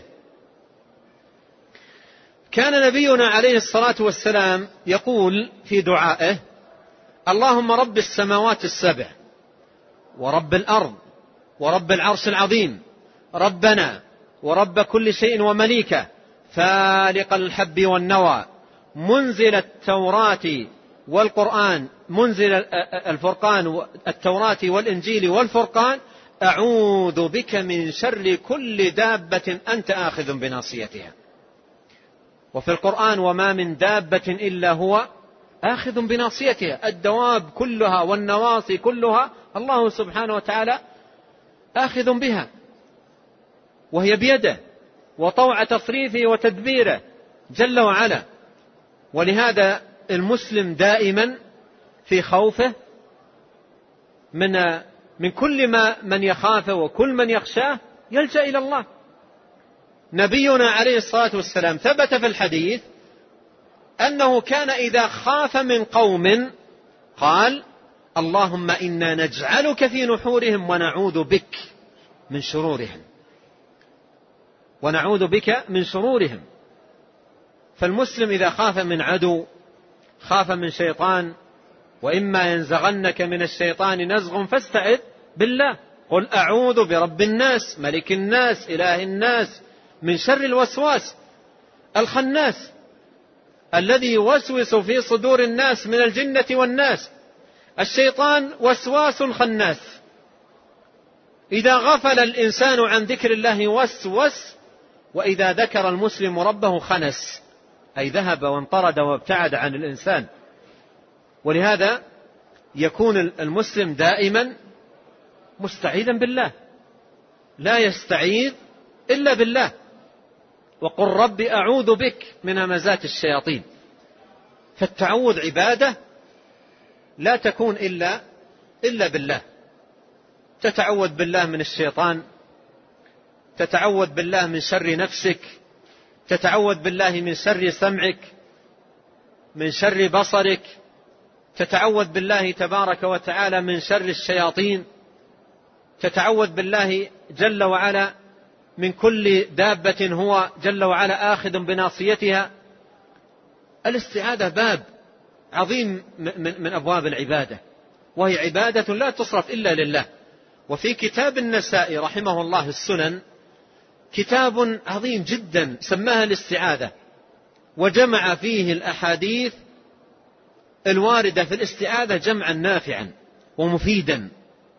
كان نبينا عليه الصلاة والسلام يقول في دعائه: اللهم رب السماوات السبع ورب الأرض ورب العرش العظيم، ربنا ورب كل شيء ومليكه، فالق الحب والنوى، منزل التوراة والقرآن، منزل الفرقان، التوراة والإنجيل والفرقان، أعوذ بك من شر كل دابة أنت آخذ بناصيتها. وفي القرآن: وما من دابة إلا هو آخذ بناصيتها. الدواب كلها والنواصي كلها الله سبحانه وتعالى آخذ بها، وهي بيده وطوع تصريفه وتدبيره جل وعلا. ولهذا المسلم دائما في خوفه من من كل ما من يخافه وكل من يخشاه يلجأ إلى الله. نبينا عليه الصلاة والسلام ثبت في الحديث أنه كان إذا خاف من قوم قال: اللهم إنا نجعلك في نحورهم ونعوذ بك من شرورهم، ونعوذ بك من شرورهم. فالمسلم إذا خاف من عدو، خاف من شيطان، وإما ينزغنك من الشيطان نزغ فاستعذ بالله، قل أعوذ برب الناس ملك الناس إله الناس من شر الوسواس الخناس الذي يوسوس في صدور الناس من الجنة والناس. الشيطان وسواس خناس، إذا غفل الإنسان عن ذكر الله وسوس، وإذا ذكر المسلم ربه خنس، أي ذهب وانطرد وابتعد عن الإنسان. ولهذا يكون المسلم دائما مستعيذا بالله، لا يستعيذ إلا بالله. وقل رب أعوذ بك من همزات الشياطين. فالتعوذ عبادة لا تكون إلا إلا بالله. تتعوذ بالله من الشيطان، تتعوذ بالله من شر نفسك، تتعوذ بالله من شر سمعك، من شر بصرك، تتعوذ بالله تبارك وتعالى من شر الشياطين. تتعوذ بالله جل وعلا من كل دابة هو جل وعلا آخذ بناصيتها. الاستعاذة باب عظيم من أبواب العبادة، وهي عبادة لا تصرف إلا لله. وفي كتاب النسائي رحمه الله السنن كتاب عظيم جدا سماها الاستعاذة، وجمع فيه الأحاديث الواردة في الاستعاذة جمعا نافعا ومفيدا.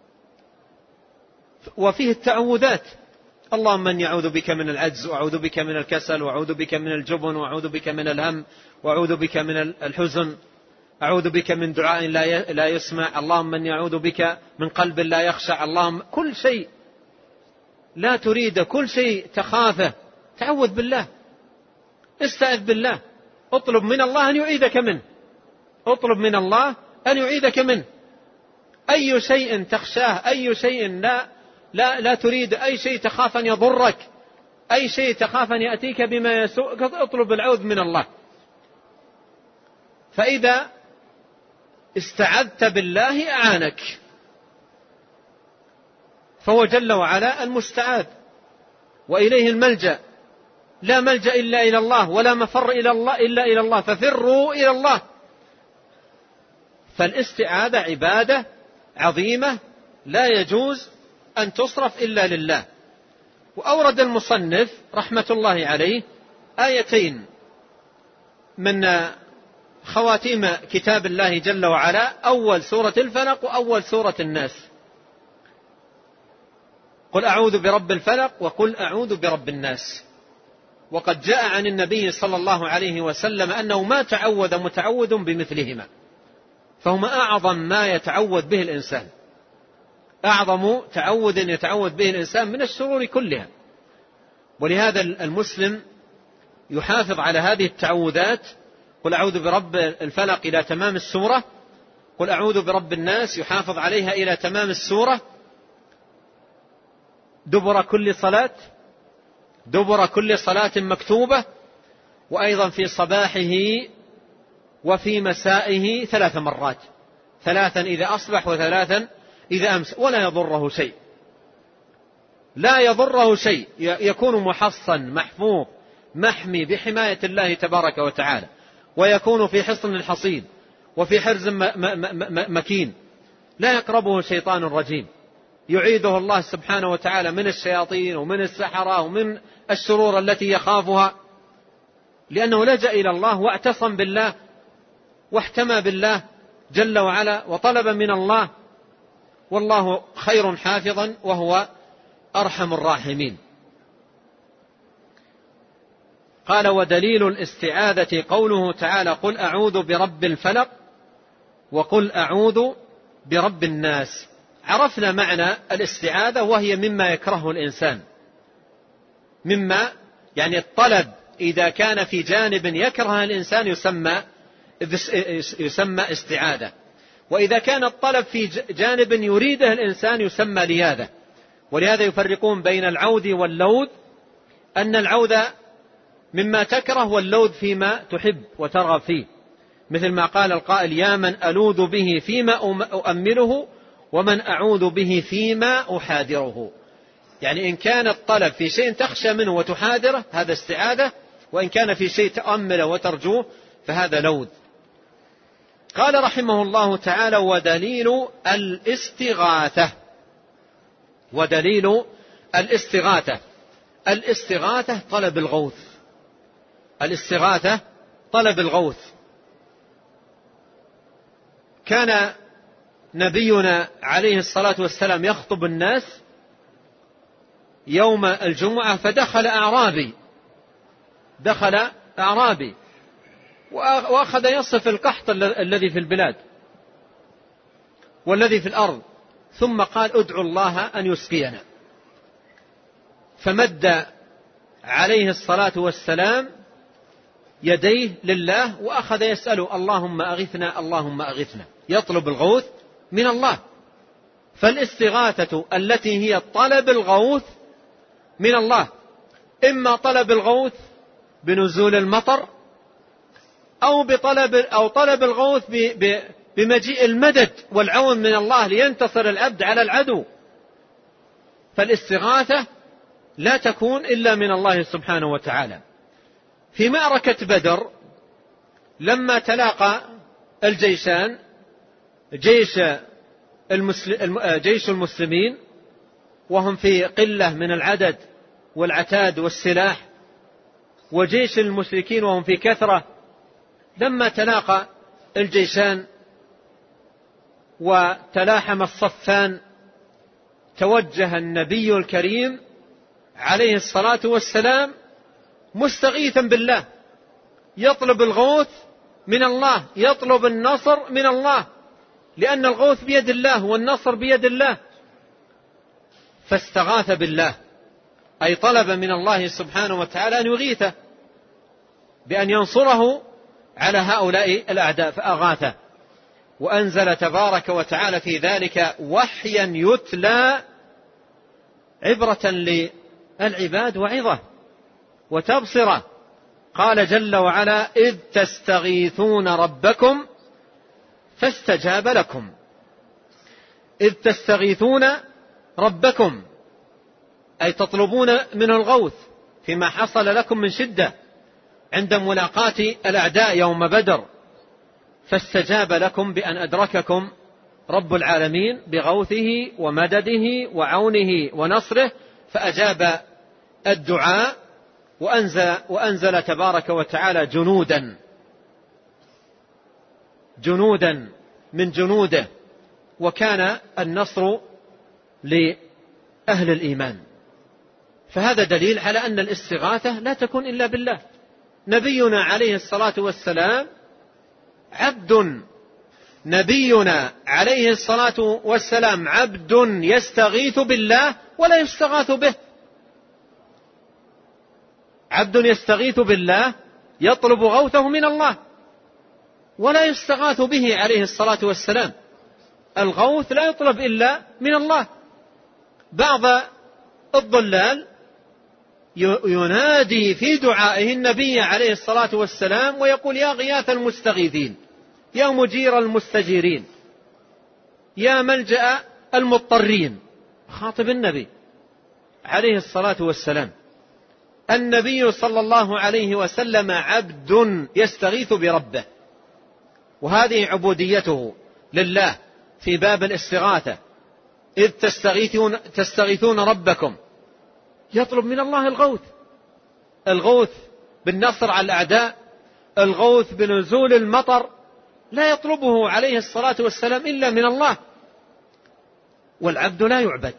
وفيه التعوذات: اللهم من يعوذ بك من العجز، وأعوذ بك من الكسل، وأعوذ بك من الجبن، وأعوذ بك من الهم، وأعوذ بك من الحزن، أعوذ بك من دعاء لا يسمع، اللهم من يعوذ بك من قلب لا يخشع. اللهم كل شيء لا تريد، كل شيء تخافه، تعوذ بالله، استعذ بالله، اطلب من الله أن يعيذك منه، اطلب من الله أن يعيذك منه. أي شيء تخشاه، أي شيء لا لا لا تريد، أي شيء تخاف أن يضرك، أي شيء تخاف أن يأتيك بما يسوءك، اطلب العوذ من الله. فإذا استعذت بالله أعانك، فهو جل وعلا المستعاذ وإليه الملجأ، لا ملجأ إلا إلى الله، ولا مفر إلى الله إلا إلى الله، ففروا إلى الله. فالاستعاذة عبادة عظيمة لا يجوز أن تصرف إلا لله. وأورد المصنف رحمة الله عليه آيتين من خواتيم كتاب الله جل وعلا، أول سورة الفلق وأول سورة الناس: قل أعوذ برب الفلق وقل أعوذ برب الناس. وقد جاء عن النبي صلى الله عليه وسلم أنه ما تعوذ متعوذ بمثلهما، فهما أعظم ما يتعوذ به الإنسان، أعظم تعوذ يتعوذ به الإنسان من الشرور كلها. ولهذا المسلم يحافظ على هذه التعوذات: قل أعوذ برب الفلق إلى تمام السورة، قل أعوذ برب الناس يحافظ عليها إلى تمام السورة، دبر كل صلاة، دبر كل صلاة مكتوبة، وأيضا في صباحه وفي مسائه ثلاث مرات، ثلاثا إذا أصبح وثلاثا إذا أمس، ولا يضره شيء، لا يضره شيء، يكون محصن محفوظ محمي بحماية الله تبارك وتعالى، ويكون في حصن حصين وفي حرز مكين، لا يقربه شيطان رجيم، يعيده الله سبحانه وتعالى من الشياطين ومن السحرة ومن الشرور التي يخافها، لأنه لجأ إلى الله واعتصم بالله واحتمى بالله جل وعلا وطلب من الله، والله خير حافظا وهو أرحم الراحمين. قال: ودليل الاستعاذة قوله تعالى: قل أعوذ برب الفلق وقل أعوذ برب الناس. عرفنا معنى الاستعاذة، وهي مما يكرهه الإنسان، مما يعني الطلب إذا كان في جانب يكره الإنسان يسمى يسمى استعاذة، وإذا كان الطلب في جانب يريده الإنسان يسمى لياذة. ولهذا يفرقون بين العوذ واللوذ، أن العوذ مما تكره واللوذ فيما تحب وترغب فيه، مثل ما قال القائل: يا من ألوذ به فيما أؤمله ومن أعوذ به فيما أحاذره. يعني إن كان الطلب في شيء تخشى منه وتحاذره هذا استعاذة، وإن كان في شيء تأمله وترجوه فهذا لوذ. قال رحمه الله تعالى: ودليل الاستغاثة. ودليل الاستغاثة الاستغاثة طلب الغوث، الاستغاثة طلب الغوث. كان نبينا عليه الصلاة والسلام يخطب الناس يوم الجمعة، فدخل أعرابي دخل أعرابي وأخذ يصف القحط الذي في البلاد والذي في الأرض، ثم قال: ادعوا الله أن يسقينا. فمد عليه الصلاة والسلام يديه لله وأخذ يسأل: اللهم أغثنا اللهم أغثنا، يطلب الغوث من الله. فالاستغاثة التي هي طلب الغوث من الله، إما طلب الغوث بنزول المطر، أو بطلب أو طلب الغوث بمجيء المدد والعون من الله لينتصر العبد على العدو. فالاستغاثة لا تكون إلا من الله سبحانه وتعالى. في معركة بدر لما تلاقى الجيشان، جيش جيش المسلمين وهم في قلة من العدد والعتاد والسلاح، وجيش المشركين وهم في كثرة، لما تلاقى الجيشان وتلاحم الصفان توجه النبي الكريم عليه الصلاة والسلام مستغيثا بالله، يطلب الغوث من الله، يطلب النصر من الله، لأن الغوث بيد الله والنصر بيد الله. فاستغاث بالله، أي طلب من الله سبحانه وتعالى أن يغيثه بأن ينصره على هؤلاء الأعداء، فأغاثه، وأنزل تبارك وتعالى في ذلك وحيا يتلى عبرة للعباد وعظة وتبصرة. قال جل وعلا: إذ تستغيثون ربكم فاستجاب لكم. إذ تستغيثون ربكم أي تطلبون منه الغوث فيما حصل لكم من شدة عند ملاقاة الأعداء يوم بدر، فاستجاب لكم بأن أدرككم رب العالمين بغوثه ومدده وعونه ونصره، فأجاب الدعاء وأنزل, وأنزل تبارك وتعالى جنودا جنودا من جنوده، وكان النصر لأهل الإيمان. فهذا دليل على أن الاستغاثة لا تكون إلا بالله. نبينا عليه الصلاة والسلام عبد نبينا عليه الصلاة والسلام عبد يستغيث بالله ولا يستغاث به، عبد يستغيث بالله يطلب غوثه من الله ولا يستغاث به عليه الصلاة والسلام. الغوث لا يطلب إلا من الله. بعض الضلال ينادي في دعائه النبي عليه الصلاة والسلام ويقول: يا غياث المستغيثين، يا مجير المستجيرين، يا ملجأ المضطرين. خاطب النبي عليه الصلاة والسلام. النبي صلى الله عليه وسلم عبد يستغيث بربه، وهذه عبوديته لله في باب الاستغاثة. إذ تستغيثون, تستغيثون ربكم، يطلب من الله الغوث، الغوث بالنصر على الأعداء، الغوث بنزول المطر، لا يطلبه عليه الصلاة والسلام إلا من الله. والعبد لا يعبد،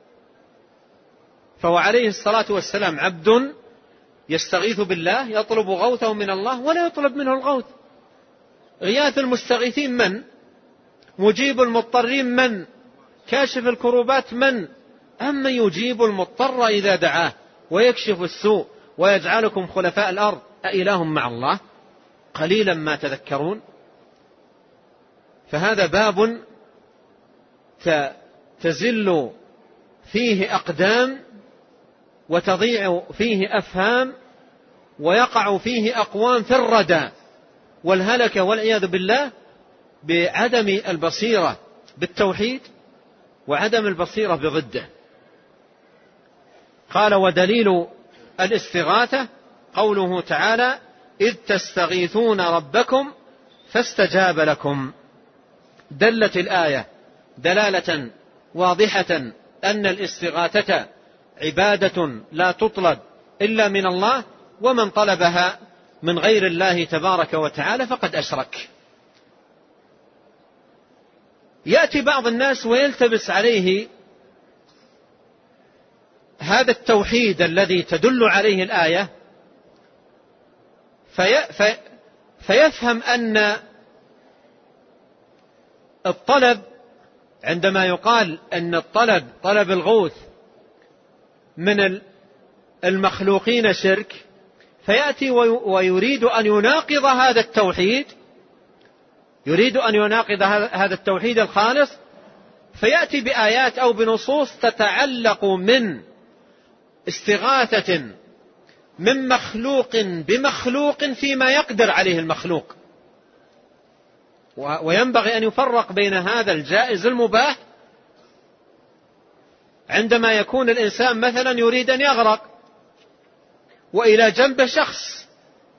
فهو عليه الصلاة والسلام عبد يستغيث بالله يطلب غوثه من الله ولا يطلب منه الغوث. غياث المستغيثين من؟ مجيب المضطرين من؟ كاشف الكروبات من؟ أما يجيب المضطر إذا دعاه ويكشف السوء ويجعلكم خلفاء الأرض أإله مع الله؟ قليلا ما تذكرون. فهذا باب تزل فيه أقدام وتضيع فيه أفهام ويقع فيه أقوام في الردى والهلك والعياذ بالله بعدم البصيرة بالتوحيد وعدم البصيرة بضده. قال: ودليل الاستغاثة قوله تعالى: إذ تستغيثون ربكم فاستجاب لكم. دلت الآية دلالة واضحة أن الاستغاثة عبادة لا تطلب إلا من الله، ومن طلبها من غير الله تبارك وتعالى فقد أشرك. يأتي بعض الناس ويلتبس عليه هذا التوحيد الذي تدل عليه الآية، في في فيفهم أن الطلب، عندما يقال أن الطلب طلب الغوث من المخلوقين شرك، فيأتي ويريد أن يناقض هذا التوحيد، يريد أن يناقض هذا التوحيد الخالص، فيأتي بآيات أو بنصوص تتعلق من استغاثة من مخلوق بمخلوق فيما يقدر عليه المخلوق. وينبغي أن يفرق بين هذا الجائز المباح عندما يكون الإنسان مثلا يريد أن يغرق وإلى جنب شخص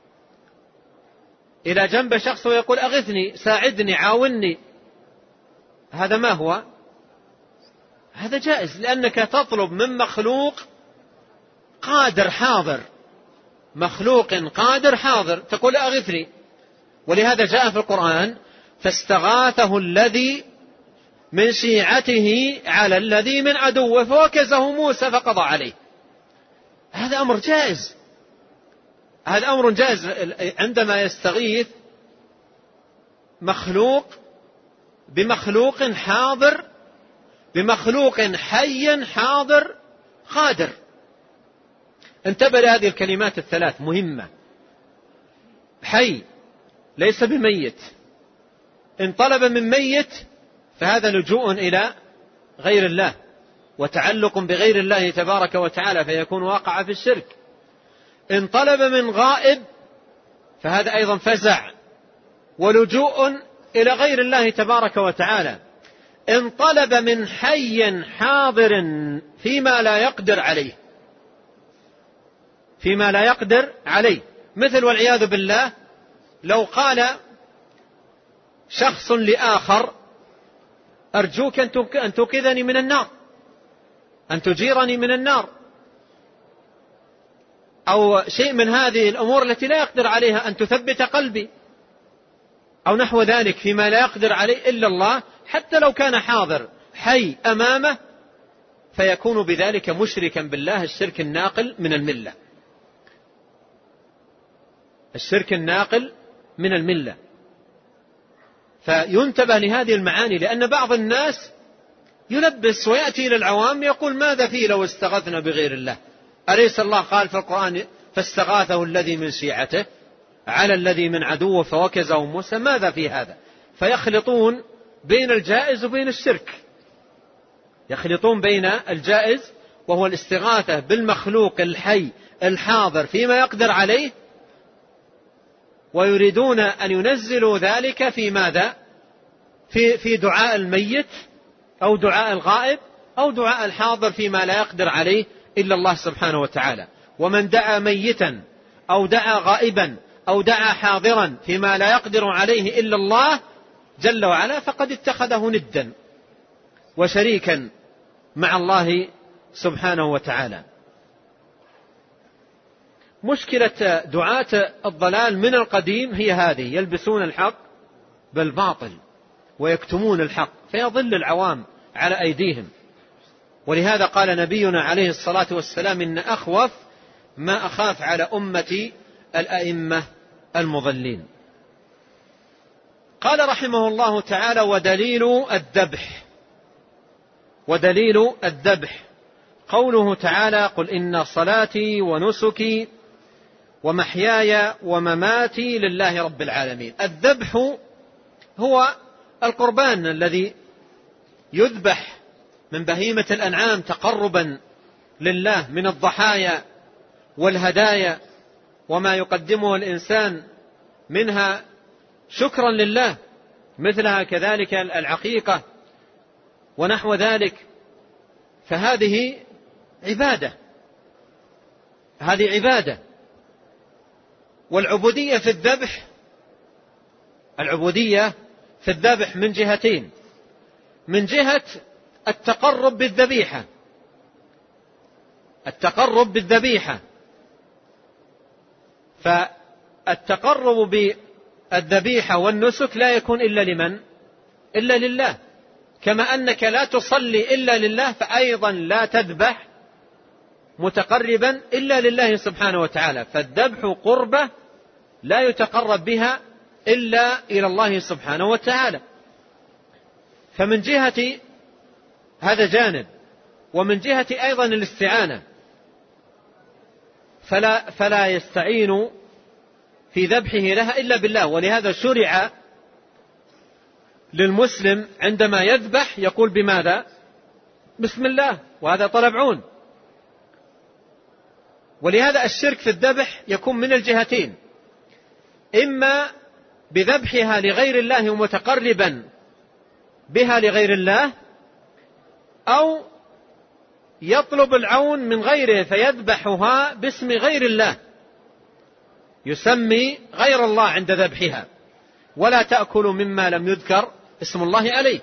إلى جنب شخص ويقول أغثني ساعدني عاوني، هذا ما هو؟ هذا جائز، لأنك تطلب من مخلوق قادر حاضر، مخلوق قادر حاضر، تقول أغثني. ولهذا جاء في القرآن فاستغاثه الذي من شيعته على الذي من عدوه فوكزه موسى فقضى عليه. هذا أمر جائز، هذا أمر جائز عندما يستغيث مخلوق بمخلوق حاضر، بمخلوق حي حاضر قادر. انتبه لهذه الكلمات الثلاث مهمة. حي ليس بميت، إن طلب من ميت فهذا لجوء إلى غير الله وتعلق بغير الله تبارك وتعالى فيكون واقع في الشرك. إن طلب من غائب فهذا أيضا فزع ولجوء إلى غير الله تبارك وتعالى. إن طلب من حي حاضر فيما لا يقدر عليه، فيما لا يقدر عليه، مثل والعياذ بالله لو قال شخص لآخر أرجوك أن توقظني من النار، أن تجيرني من النار، أو شيء من هذه الأمور التي لا يقدر عليها، أن تثبت قلبي، أو نحو ذلك فيما لا يقدر عليه إلا الله، حتى لو كان حاضر حي أمامه فيكون بذلك مشركا بالله الشرك الناقل من الملة، الشرك الناقل من الملة. فينتبه لهذه المعاني، لأن بعض الناس يلبس ويأتي إلى العوام يقول ماذا فيه لو استغثنا بغير الله؟ أليس الله قال في القرآن فاستغاثه الذي من شيعته على الذي من عدوه فوكزه موسى؟ ماذا في هذا؟ فيخلطون بين الجائز وبين الشرك، يخلطون بين الجائز وهو الاستغاثة بالمخلوق الحي الحاضر فيما يقدر عليه، ويريدون أن ينزلوا ذلك في ماذا؟ في, في دعاء الميت أو دعاء الغائب أو دعاء الحاضر فيما لا يقدر عليه إلا الله سبحانه وتعالى. ومن دعا ميتا أو دعا غائبا أو دعا حاضرا فيما لا يقدر عليه إلا الله جل وعلا فقد اتخذه ندا وشريكا مع الله سبحانه وتعالى. مشكلة دعاة الضلال من القديم هي هذه، يلبسون الحق بالباطل ويكتمون الحق فيضل العوام على أيديهم. ولهذا قال نبينا عليه الصلاة والسلام إن أخوف ما أخاف على أمتي الأئمة المضلين. قال رحمه الله تعالى ودليل الذبح، ودليل الذبح قوله تعالى قل إن صلاتي ونسكي ومحياي ومماتي لله رب العالمين. الذبح هو القربان الذي يذبح من بهيمة الأنعام تقربا لله من الضحايا والهدايا وما يقدمه الإنسان منها شكرا لله، مثلها كذلك العقيقة ونحو ذلك. فهذه عبادة، هذه عبادة. والعبودية في الذبح، العبودية في الذبح من جهتين، من جهة التقرب بالذبيحة، التقرب بالذبيحة، فالتقرب بالذبيحة والنسك لا يكون إلا لمن؟ إلا لله. كما أنك لا تصلي إلا لله فأيضا لا تذبح متقربا إلا لله سبحانه وتعالى. فالذبح قربة لا يتقرب بها إلا إلى الله سبحانه وتعالى. فمن جهة هذا جانب، ومن جهة أيضا الاستعانة، فلا, فلا يستعين في ذبحه لها إلا بالله. ولهذا شرع للمسلم عندما يذبح يقول بماذا؟ بسم الله، وهذا طلب عون. ولهذا الشرك في الذبح يكون من الجهتين، إما بذبحها لغير الله ومتقربا بها لغير الله، أو يطلب العون من غيره فيذبحها باسم غير الله، يسمي غير الله عند ذبحها، ولا تأكلوا مما لم يذكر اسم الله عليه.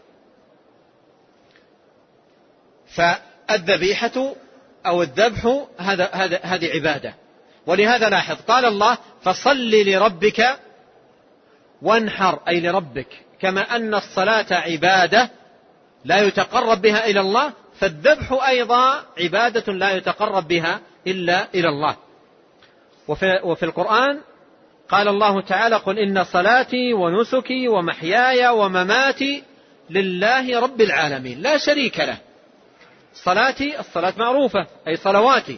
فالذبيحة أو الذبح هذا هذا هذه عبادة. ولهذا لاحظ قال الله فصل لربك وانحر، أي لربك. كما أن الصلاة عبادة لا يتقرب بها إلى الله، فالذبح أيضا عبادة لا يتقرب بها إلا إلى الله. وفي, وفي القرآن قال الله تعالى قل إن صلاتي ونسكي ومحياي ومماتي لله رب العالمين لا شريك له. صلاتي الصلاة معروفة أي صلواتي،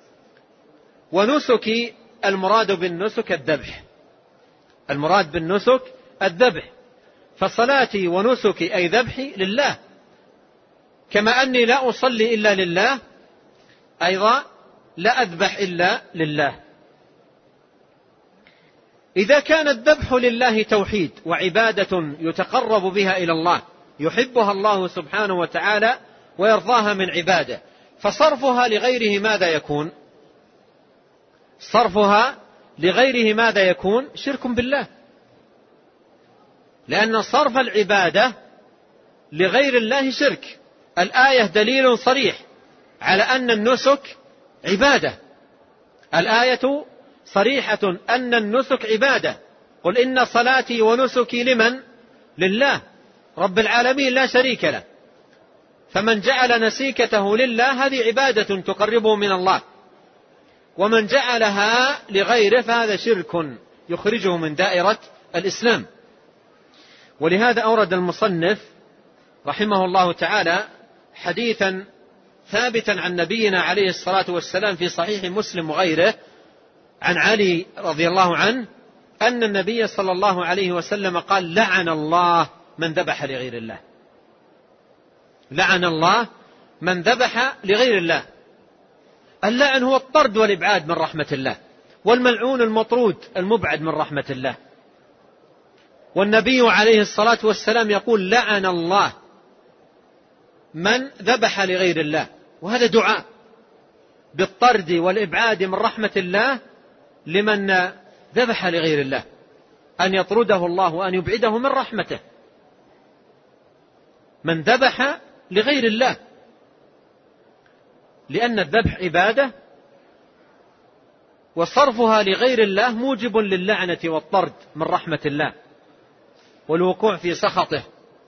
ونسكي المراد بالنسك الذبح، المراد بالنسك الذبح، فصلاتي ونسكي أي ذبحي لله، كما أني لا أصلي إلا لله أيضا لا أذبح إلا لله. إذا كان الذبح لله توحيد وعبادة يتقرب بها إلى الله يحبها الله سبحانه وتعالى ويرضاها من عباده، فصرفها لغيره ماذا يكون؟ صرفها لغيره ماذا يكون؟ شرك بالله، لأن صرف العبادة لغير الله شرك. الآية دليل صريح على أن النسك عبادة، الآية صريحة أن النسك عبادة. قل إن صلاتي ونسكي لمن؟ لله رب العالمين لا شريك له. فمن جعل نسيكته لله هذه عبادة تقربه من الله، ومن جعلها لغيره فهذا شرك يخرجه من دائرة الإسلام. ولهذا أورد المصنف رحمه الله تعالى حديثا ثابتا عن نبينا عليه الصلاة والسلام في صحيح مسلم وغيره عن علي رضي الله عنه أن النبي صلى الله عليه وسلم قال لعن الله من ذبح لغير الله، لعن الله من ذبح لغير الله. اللعن هو الطرد والإبعاد من رحمة الله، والملعون المطرود المبعد من رحمة الله. والنبي عليه الصلاة والسلام يقول لعن الله من ذبح لغير الله، وهذا دعاء بالطرد والإبعاد من رحمة الله لمن ذبح لغير الله، أن يطرده الله وأن يبعده من رحمته. من ذبح لغير الله، لأن الذبح عبادة، وصرفها لغير الله موجب للعنة والطرد من رحمة الله والوقوع في سخطه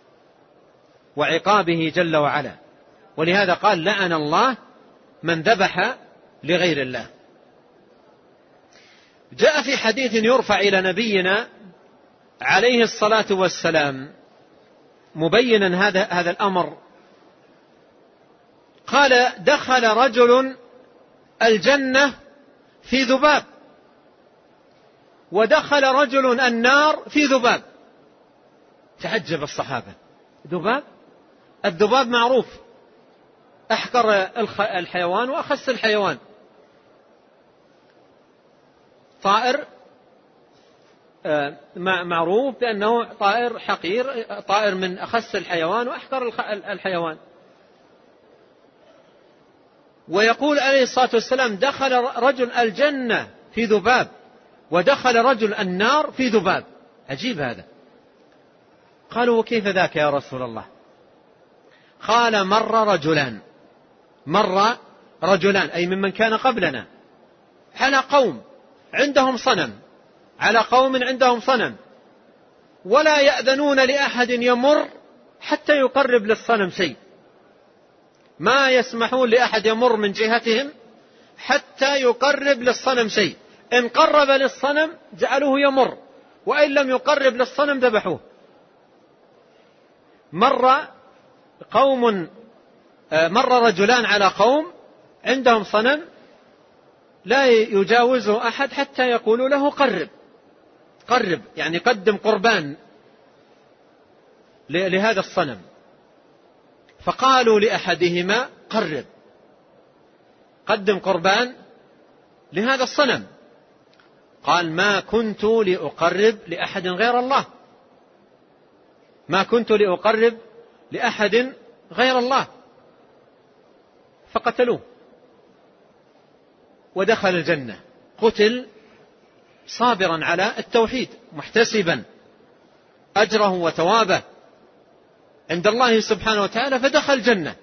وعقابه جل وعلا. ولهذا قال لعن الله من ذبح لغير الله. جاء في حديث يرفع إلى نبينا عليه الصلاة والسلام مبينا هذا هذا الأمر، قال دخل رجل الجنة في ذباب، ودخل رجل النار في ذباب. تعجب الصحابة، ذباب؟ الذباب معروف أحقر الحيوان وأخس الحيوان، طائر معروف بأنه طائر حقير، طائر من أخس الحيوان وأحقر الحيوان. ويقول عليه الصلاة والسلام دخل رجل الجنة في ذباب، ودخل رجل النار في ذباب. عجيب هذا. قالوا وكيف ذاك يا رسول الله؟ قال مر رجلان، مر رجلان أي ممن كان قبلنا على قوم عندهم صنم، على قوم عندهم صنم، ولا يأذنون لأحد يمر حتى يقرب للصنم شيء، ما يسمحون لأحد يمر من جهتهم حتى يقرب للصنم شيء. إن قرب للصنم جعلوه يمر، وإن لم يقرب للصنم ذبحوه. مر قوم مر رجلان على قوم عندهم صنم لا يجاوزه أحد حتى يقولوا له قرب، قرب يعني قدم قربان لهذا الصنم. فقالوا لأحدهما قرب، قدم قربان لهذا الصنم. قال ما كنت لأقرب لأحد غير الله، ما كنت لأقرب لأحد غير الله. فقتلوه ودخل الجنة. قتل صابرا على التوحيد محتسبا أجره وثوابه عند الله سبحانه وتعالى، فدخل الجنة.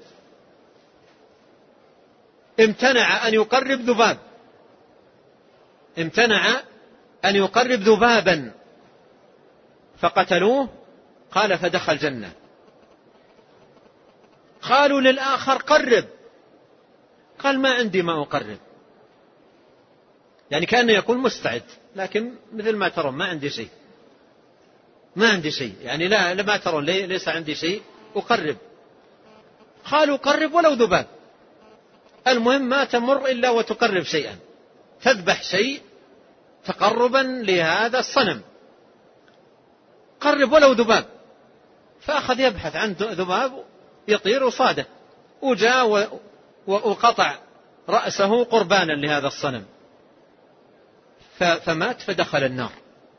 امتنع أن يقرب ذباب، امتنع أن يقرب ذبابا فقتلوه، قال فدخل الجنة. قالوا للآخر قرب، قال ما عندي ما أقرب، يعني كأنه يقول مستعد، لكن مثل ما ترون ما عندي شيء، ما عندي شيء، يعني لا لما ترون ليس عندي شيء أقرب. قالوا قرب ولو ذباب، المهم ما تمر إلا وتقرب شيئا، تذبح شيء تقربا لهذا الصنم، قرب ولو ذباب. فأخذ يبحث عن ذباب يطير وصاده، وجاء وقطع رأسه قربانا لهذا الصنم فمات فدخل النار.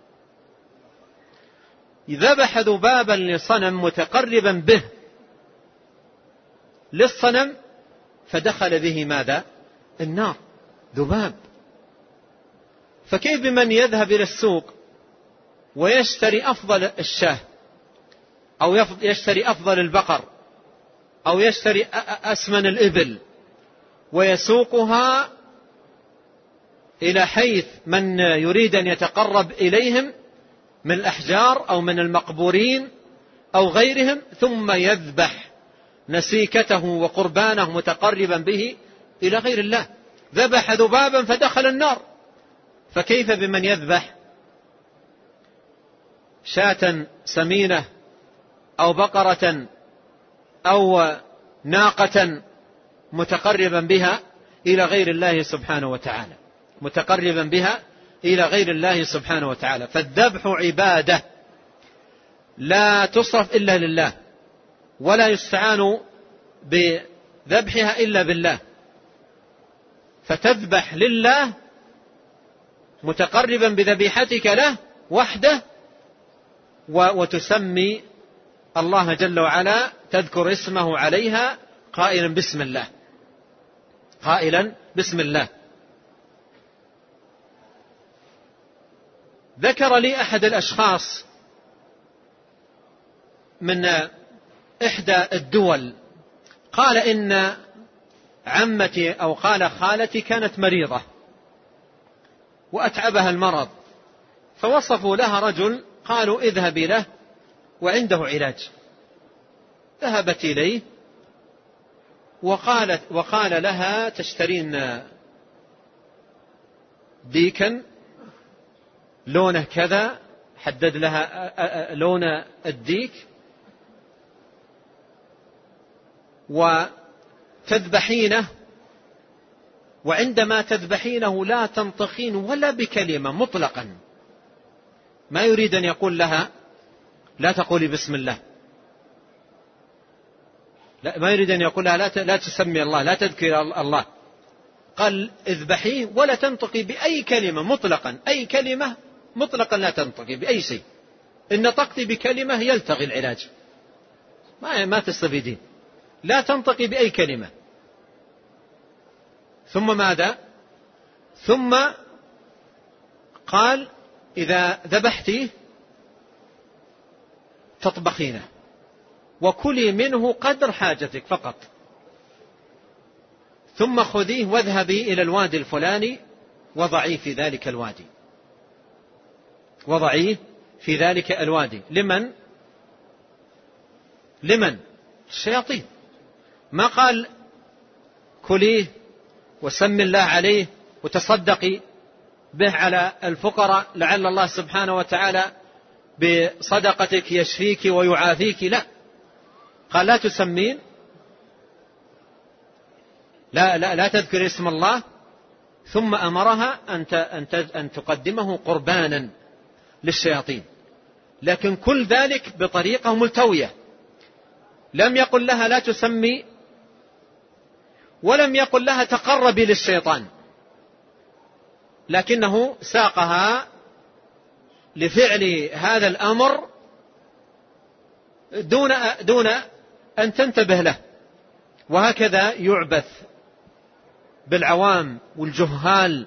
ذبح ذبابا لصنم متقربا به للصنم فدخل به ماذا؟ النار، ذباب. فكيف بمن يذهب إلى السوق ويشتري أفضل الشاه أو يشتري أفضل البقر أو يشتري أسمن الإبل ويسوقها إلى حيث من يريد أن يتقرب إليهم من الأحجار أو من المقبورين أو غيرهم، ثم يذبح نسيكته وقربانه متقربا به إلى غير الله. ذبح ذبابا فدخل النار، فكيف بمن يذبح شاة سمينة أو بقرة أو ناقة متقربا بها إلى غير الله سبحانه وتعالى، متقربا بها إلى غير الله سبحانه وتعالى. فالذبح عبادة لا تصرف إلا لله، ولا يستعان بذبحها إلا بالله. فتذبح لله متقربا بذبيحتك له وحده، وتسمي الله جل وعلا، تذكر اسمه عليها قائلا بسم الله، قائلا بسم الله. ذكر لي أحد الأشخاص من إحدى الدول، قال إن عمتي أو قال خالتي كانت مريضة وأتعبها المرض، فوصفوا لها رجل قالوا اذهبي له وعنده علاج. ذهبت إليه وقالت وقال لها تشترين ديكا لونه كذا، حدد لها لون الديك، وتذبحينه، وعندما تذبحينه لا تنطقين ولا بكلمة مطلقا، ما يريد أن يقول لها لا تقولي بسم الله، لا ما يريد أن يقول لها لا تسمي الله، لا تذكر الله. قال اذبحيه ولا تنطقي بأي كلمة مطلقا، أي كلمة مطلقا لا تنطقي بأي شيء، إن نطقتي بكلمة يلتغي العلاج، ما ما تستفيدين، لا تنطقي بأي كلمة. ثم ماذا؟ ثم قال إذا ذبحتيه تطبخينه وكلي منه قدر حاجتك فقط، ثم خذيه واذهبي إلى الوادي الفلاني وضعيه في ذلك الوادي، وضعيه في ذلك الوادي. لمن؟ لمن؟ الشياطين. ما قال كليه وسم الله عليه وتصدقي به على الفقراء لعل الله سبحانه وتعالى بصدقتك يشفيك ويعافيك، لا، قال لا تسمين، لا لا لا تذكر اسم الله، ثم أمرها أن تقدمه قربانا للشياطين، لكن كل ذلك بطريقة ملتوية. لم يقل لها لا تسمي، ولم يقل لها تقربي للشيطان، لكنه ساقها لفعل هذا الأمر دون دون أن تنتبه له. وهكذا يعبث بالعوام والجهال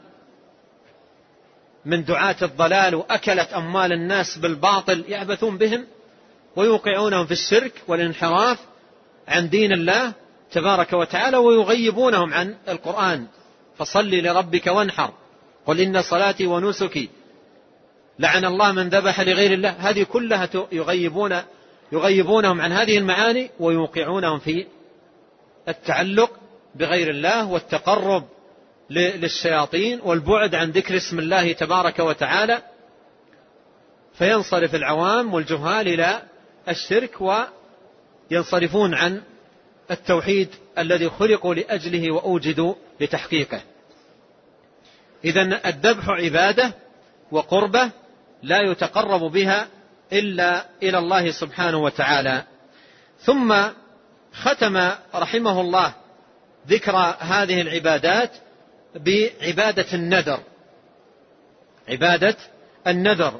من دعاة الضلال وأكلت أموال الناس بالباطل، يعبثون بهم ويوقعونهم في الشرك والانحراف عن دين الله تبارك وتعالى، ويغيبونهم عن القرآن. فصل لربك وانحر، قل إن صلاتي ونسكي، لعن الله من ذبح لغير الله. هذه كلها يغيبون يغيبونهم عن هذه المعاني ويوقعونهم في التعلق بغير الله والتقرب للشياطين والبعد عن ذكر اسم الله تبارك وتعالى، فينصرف العوام والجهال إلى الشرك وينصرفون عن التوحيد الذي خلقوا لأجله وأوجدوا لتحقيقه. إذن الذبح عبادة وقربة لا يتقرب بها إلا إلى الله سبحانه وتعالى. ثم ختم رحمه الله ذكر هذه العبادات بعبادة النذر. عبادة النذر،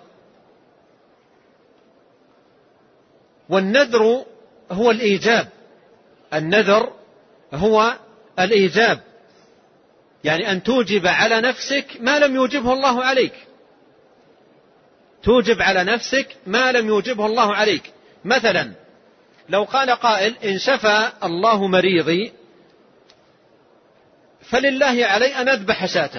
والنذر هو الإيجاب. النذر هو الإيجاب، يعني أن توجب على نفسك ما لم يوجبه الله عليك. توجب على نفسك ما لم يوجبه الله عليك. مثلا لو قال قائل إن شفى الله مريضي فلله علي أن أذبح شاة.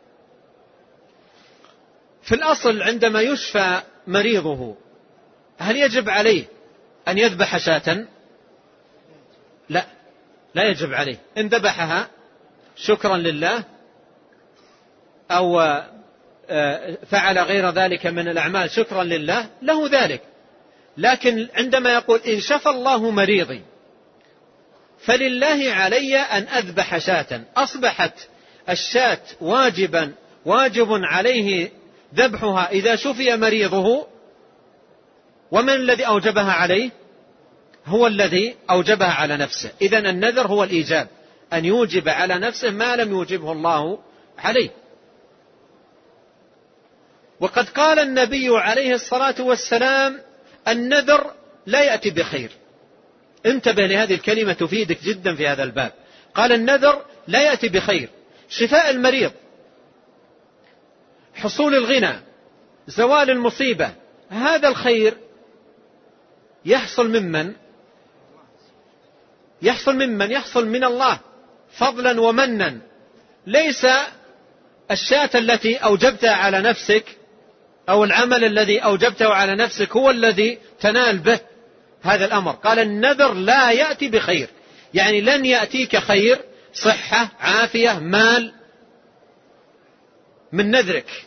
في الأصل عندما يشفى مريضه هل يجب عليه أن يذبح شاة؟ لا، لا يجب عليه. إن ذبحها شكرا لله أو فعل غير ذلك من الأعمال شكرا لله له ذلك. لكن عندما يقول إن شفى الله مريضي فلله علي أن أذبح شاة، أصبحت الشاة واجبا واجب عليه ذبحها إذا شفي مريضه. ومن الذي أوجبها عليه؟ هو الذي أوجبها على نفسه. إذن النذر هو الإيجاب، أن يوجب على نفسه ما لم يوجبه الله عليه. وقد قال النبي عليه الصلاة والسلام النذر لا يأتي بخير. انتبه لهذه الكلمة تفيدك جدا في هذا الباب. قال النذر لا يأتي بخير. شفاء المريض، حصول الغنى، زوال المصيبة، هذا الخير يحصل ممن؟ يحصل ممن؟ يحصل من الله فضلا ومنا. ليس الشاة التي أوجبتها على نفسك أو العمل الذي أوجبته على نفسك هو الذي تنال به هذا الأمر. قال النذر لا يأتي بخير، يعني لن يأتيك خير، صحة، عافية، مال من نذرك.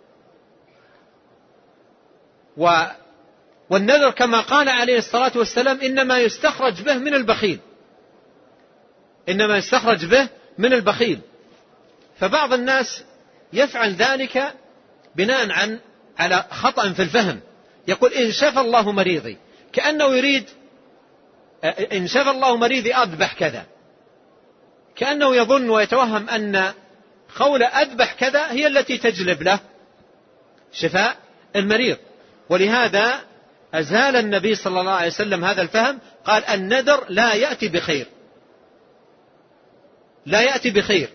و والنذر كما قال عليه الصلاة والسلام إنما يستخرج به من البخيل، إنما يستخرج به من البخيل. فبعض الناس يفعل ذلك بناء عن على خطأ في الفهم. يقول إن شفى الله مريضي، كأنه يريد إن شفى الله مريضي أذبح كذا، كأنه يظن ويتوهم أن قول أذبح كذا هي التي تجلب له شفاء المريض. ولهذا أزال النبي صلى الله عليه وسلم هذا الفهم، قال النذر لا يأتي بخير، لا يأتي بخير.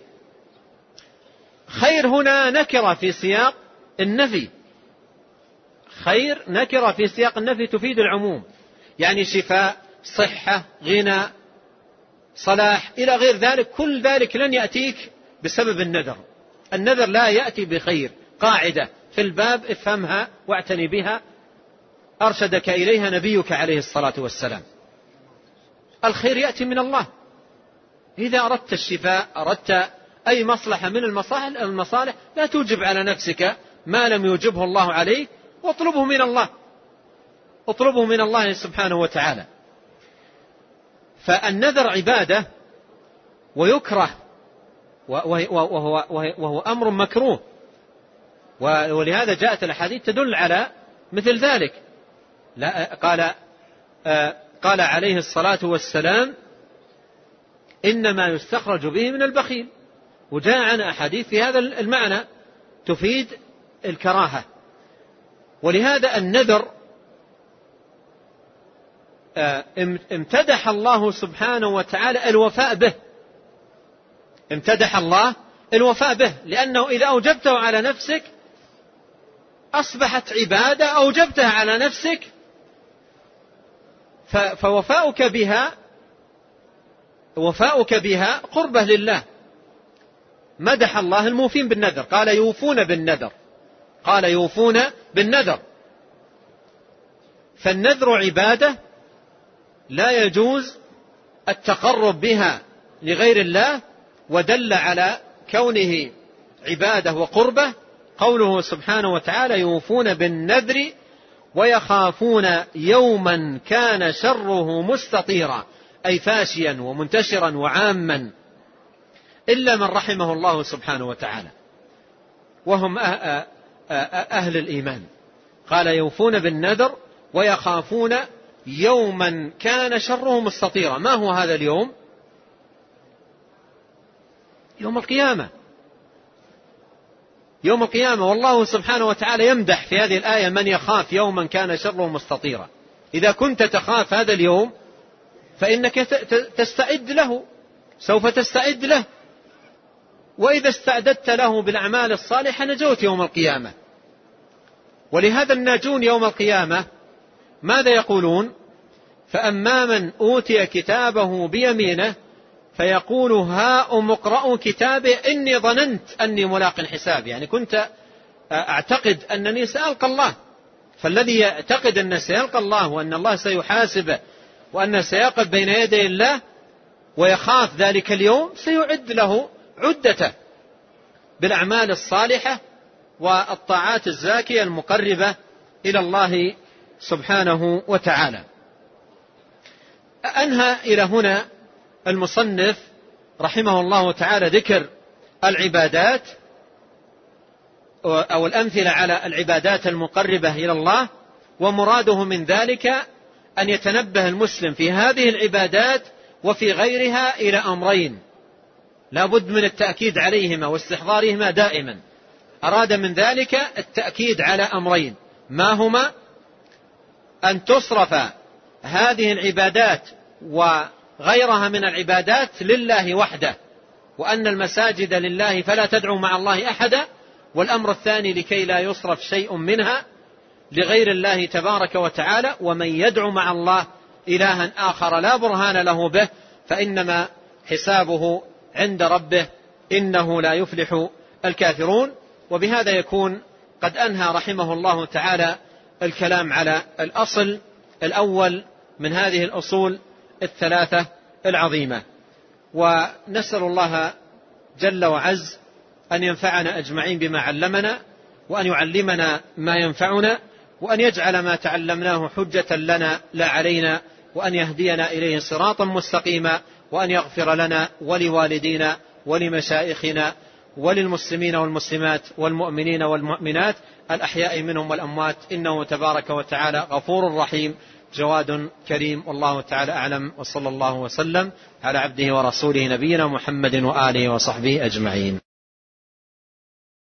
خير هنا نكرة في سياق النفي، خير نكرة في سياق النفي تفيد العموم، يعني شفاء، صحة، غنى، صلاح إلى غير ذلك، كل ذلك لن يأتيك بسبب النذر. النذر لا يأتي بخير. قاعدة في الباب افهمها واعتني بها، أرشدك إليها نبيك عليه الصلاة والسلام. الخير يأتي من الله. إذا أردت الشفاء، أردت أي مصلحة من المصالح, المصالح لا توجب على نفسك ما لم يوجبه الله عليك، واطلبه من الله، اطلبه من الله سبحانه وتعالى. فالنذر عبادة ويكره، وهو, وهو أمر مكروه، ولهذا جاءت الأحاديث تدل على مثل ذلك. لا قال قال عليه الصلاة والسلام إنما يستخرج به من البخيل، وجاء عن أحاديث في هذا المعنى تفيد الكراهة. ولهذا النذر امتدح الله سبحانه وتعالى الوفاء به، امتدح الله الوفاء به، لأنه إذا أوجبته على نفسك أصبحت عبادة أوجبتها على نفسك، فوفاؤك بها وفاؤك بها قربة لله. مدح الله الموفين بالنذر، قال يوفون بالنذر، قال يوفون بالنذر. فالنذر عبادة لا يجوز التقرب بها لغير الله، ودل على كونه عبادة وقربة قوله سبحانه وتعالى يوفون بالنذر ويخافون يوما كان شره مستطيرا، أي فاشيا ومنتشرا وعاما، إلا من رحمه الله سبحانه وتعالى وهم أهل الإيمان. قال يوفون بالنذر ويخافون يوما كان شره مستطيرا. ما هو هذا اليوم؟ يوم القيامة. يوم القيامة. والله سبحانه وتعالى يمدح في هذه الآية من يخاف يوما كان شره مستطيرا. إذا كنت تخاف هذا اليوم فإنك تستعد له، سوف تستعد له، وإذا استعددت له بالأعمال الصالحة نجوت يوم القيامة. ولهذا الناجون يوم القيامة ماذا يقولون؟ فأما من أوتي كتابه بيمينه فيقول هاؤم اقرءوا كتابي إني ظننت أني ملاق حساب. يعني كنت أعتقد أنني سألقى الله. فالذي يعتقد أن سيلقى الله وأن الله سيحاسبه وأن سيقف بين يدي الله ويخاف ذلك اليوم سيعد له عدته بالأعمال الصالحة والطاعات الزاكية المقربة إلى الله سبحانه وتعالى. أنهى إلى هنا المصنف رحمه الله تعالى ذكر العبادات أو الأمثلة على العبادات المقربة إلى الله، ومراده من ذلك أن يتنبه المسلم في هذه العبادات وفي غيرها إلى أمرين لا بد من التأكيد عليهما واستحضارهما دائما. أراد من ذلك التأكيد على أمرين، ما هما؟ أن تصرف هذه العبادات وغيرها من العبادات لله وحده، وأن المساجد لله فلا تدعوا مع الله أحدا. والأمر الثاني لكي لا يصرف شيء منها لغير الله تبارك وتعالى، ومن يدعو مع الله إلها آخر لا برهان له به فإنما حسابه عند ربه إنه لا يفلح الكافرون. وبهذا يكون قد أنهى رحمه الله تعالى الكلام على الأصل الأول من هذه الأصول الثلاثة العظيمة. ونسأل الله جل وعز أن ينفعنا أجمعين بما علمنا، وأن يعلمنا ما ينفعنا، وأن يجعل ما تعلمناه حجة لنا لا علينا، وأن يهدينا إليه صراطا مستقيما، وأن يغفر لنا ولوالدينا ولمشائخنا وللمسلمين والمسلمات والمؤمنين والمؤمنات الأحياء منهم والأموات، إنه تبارك وتعالى غفور رحيم جواد كريم. والله تعالى أعلم، وصلى الله وسلم على عبده ورسوله نبينا محمد وآله وصحبه أجمعين.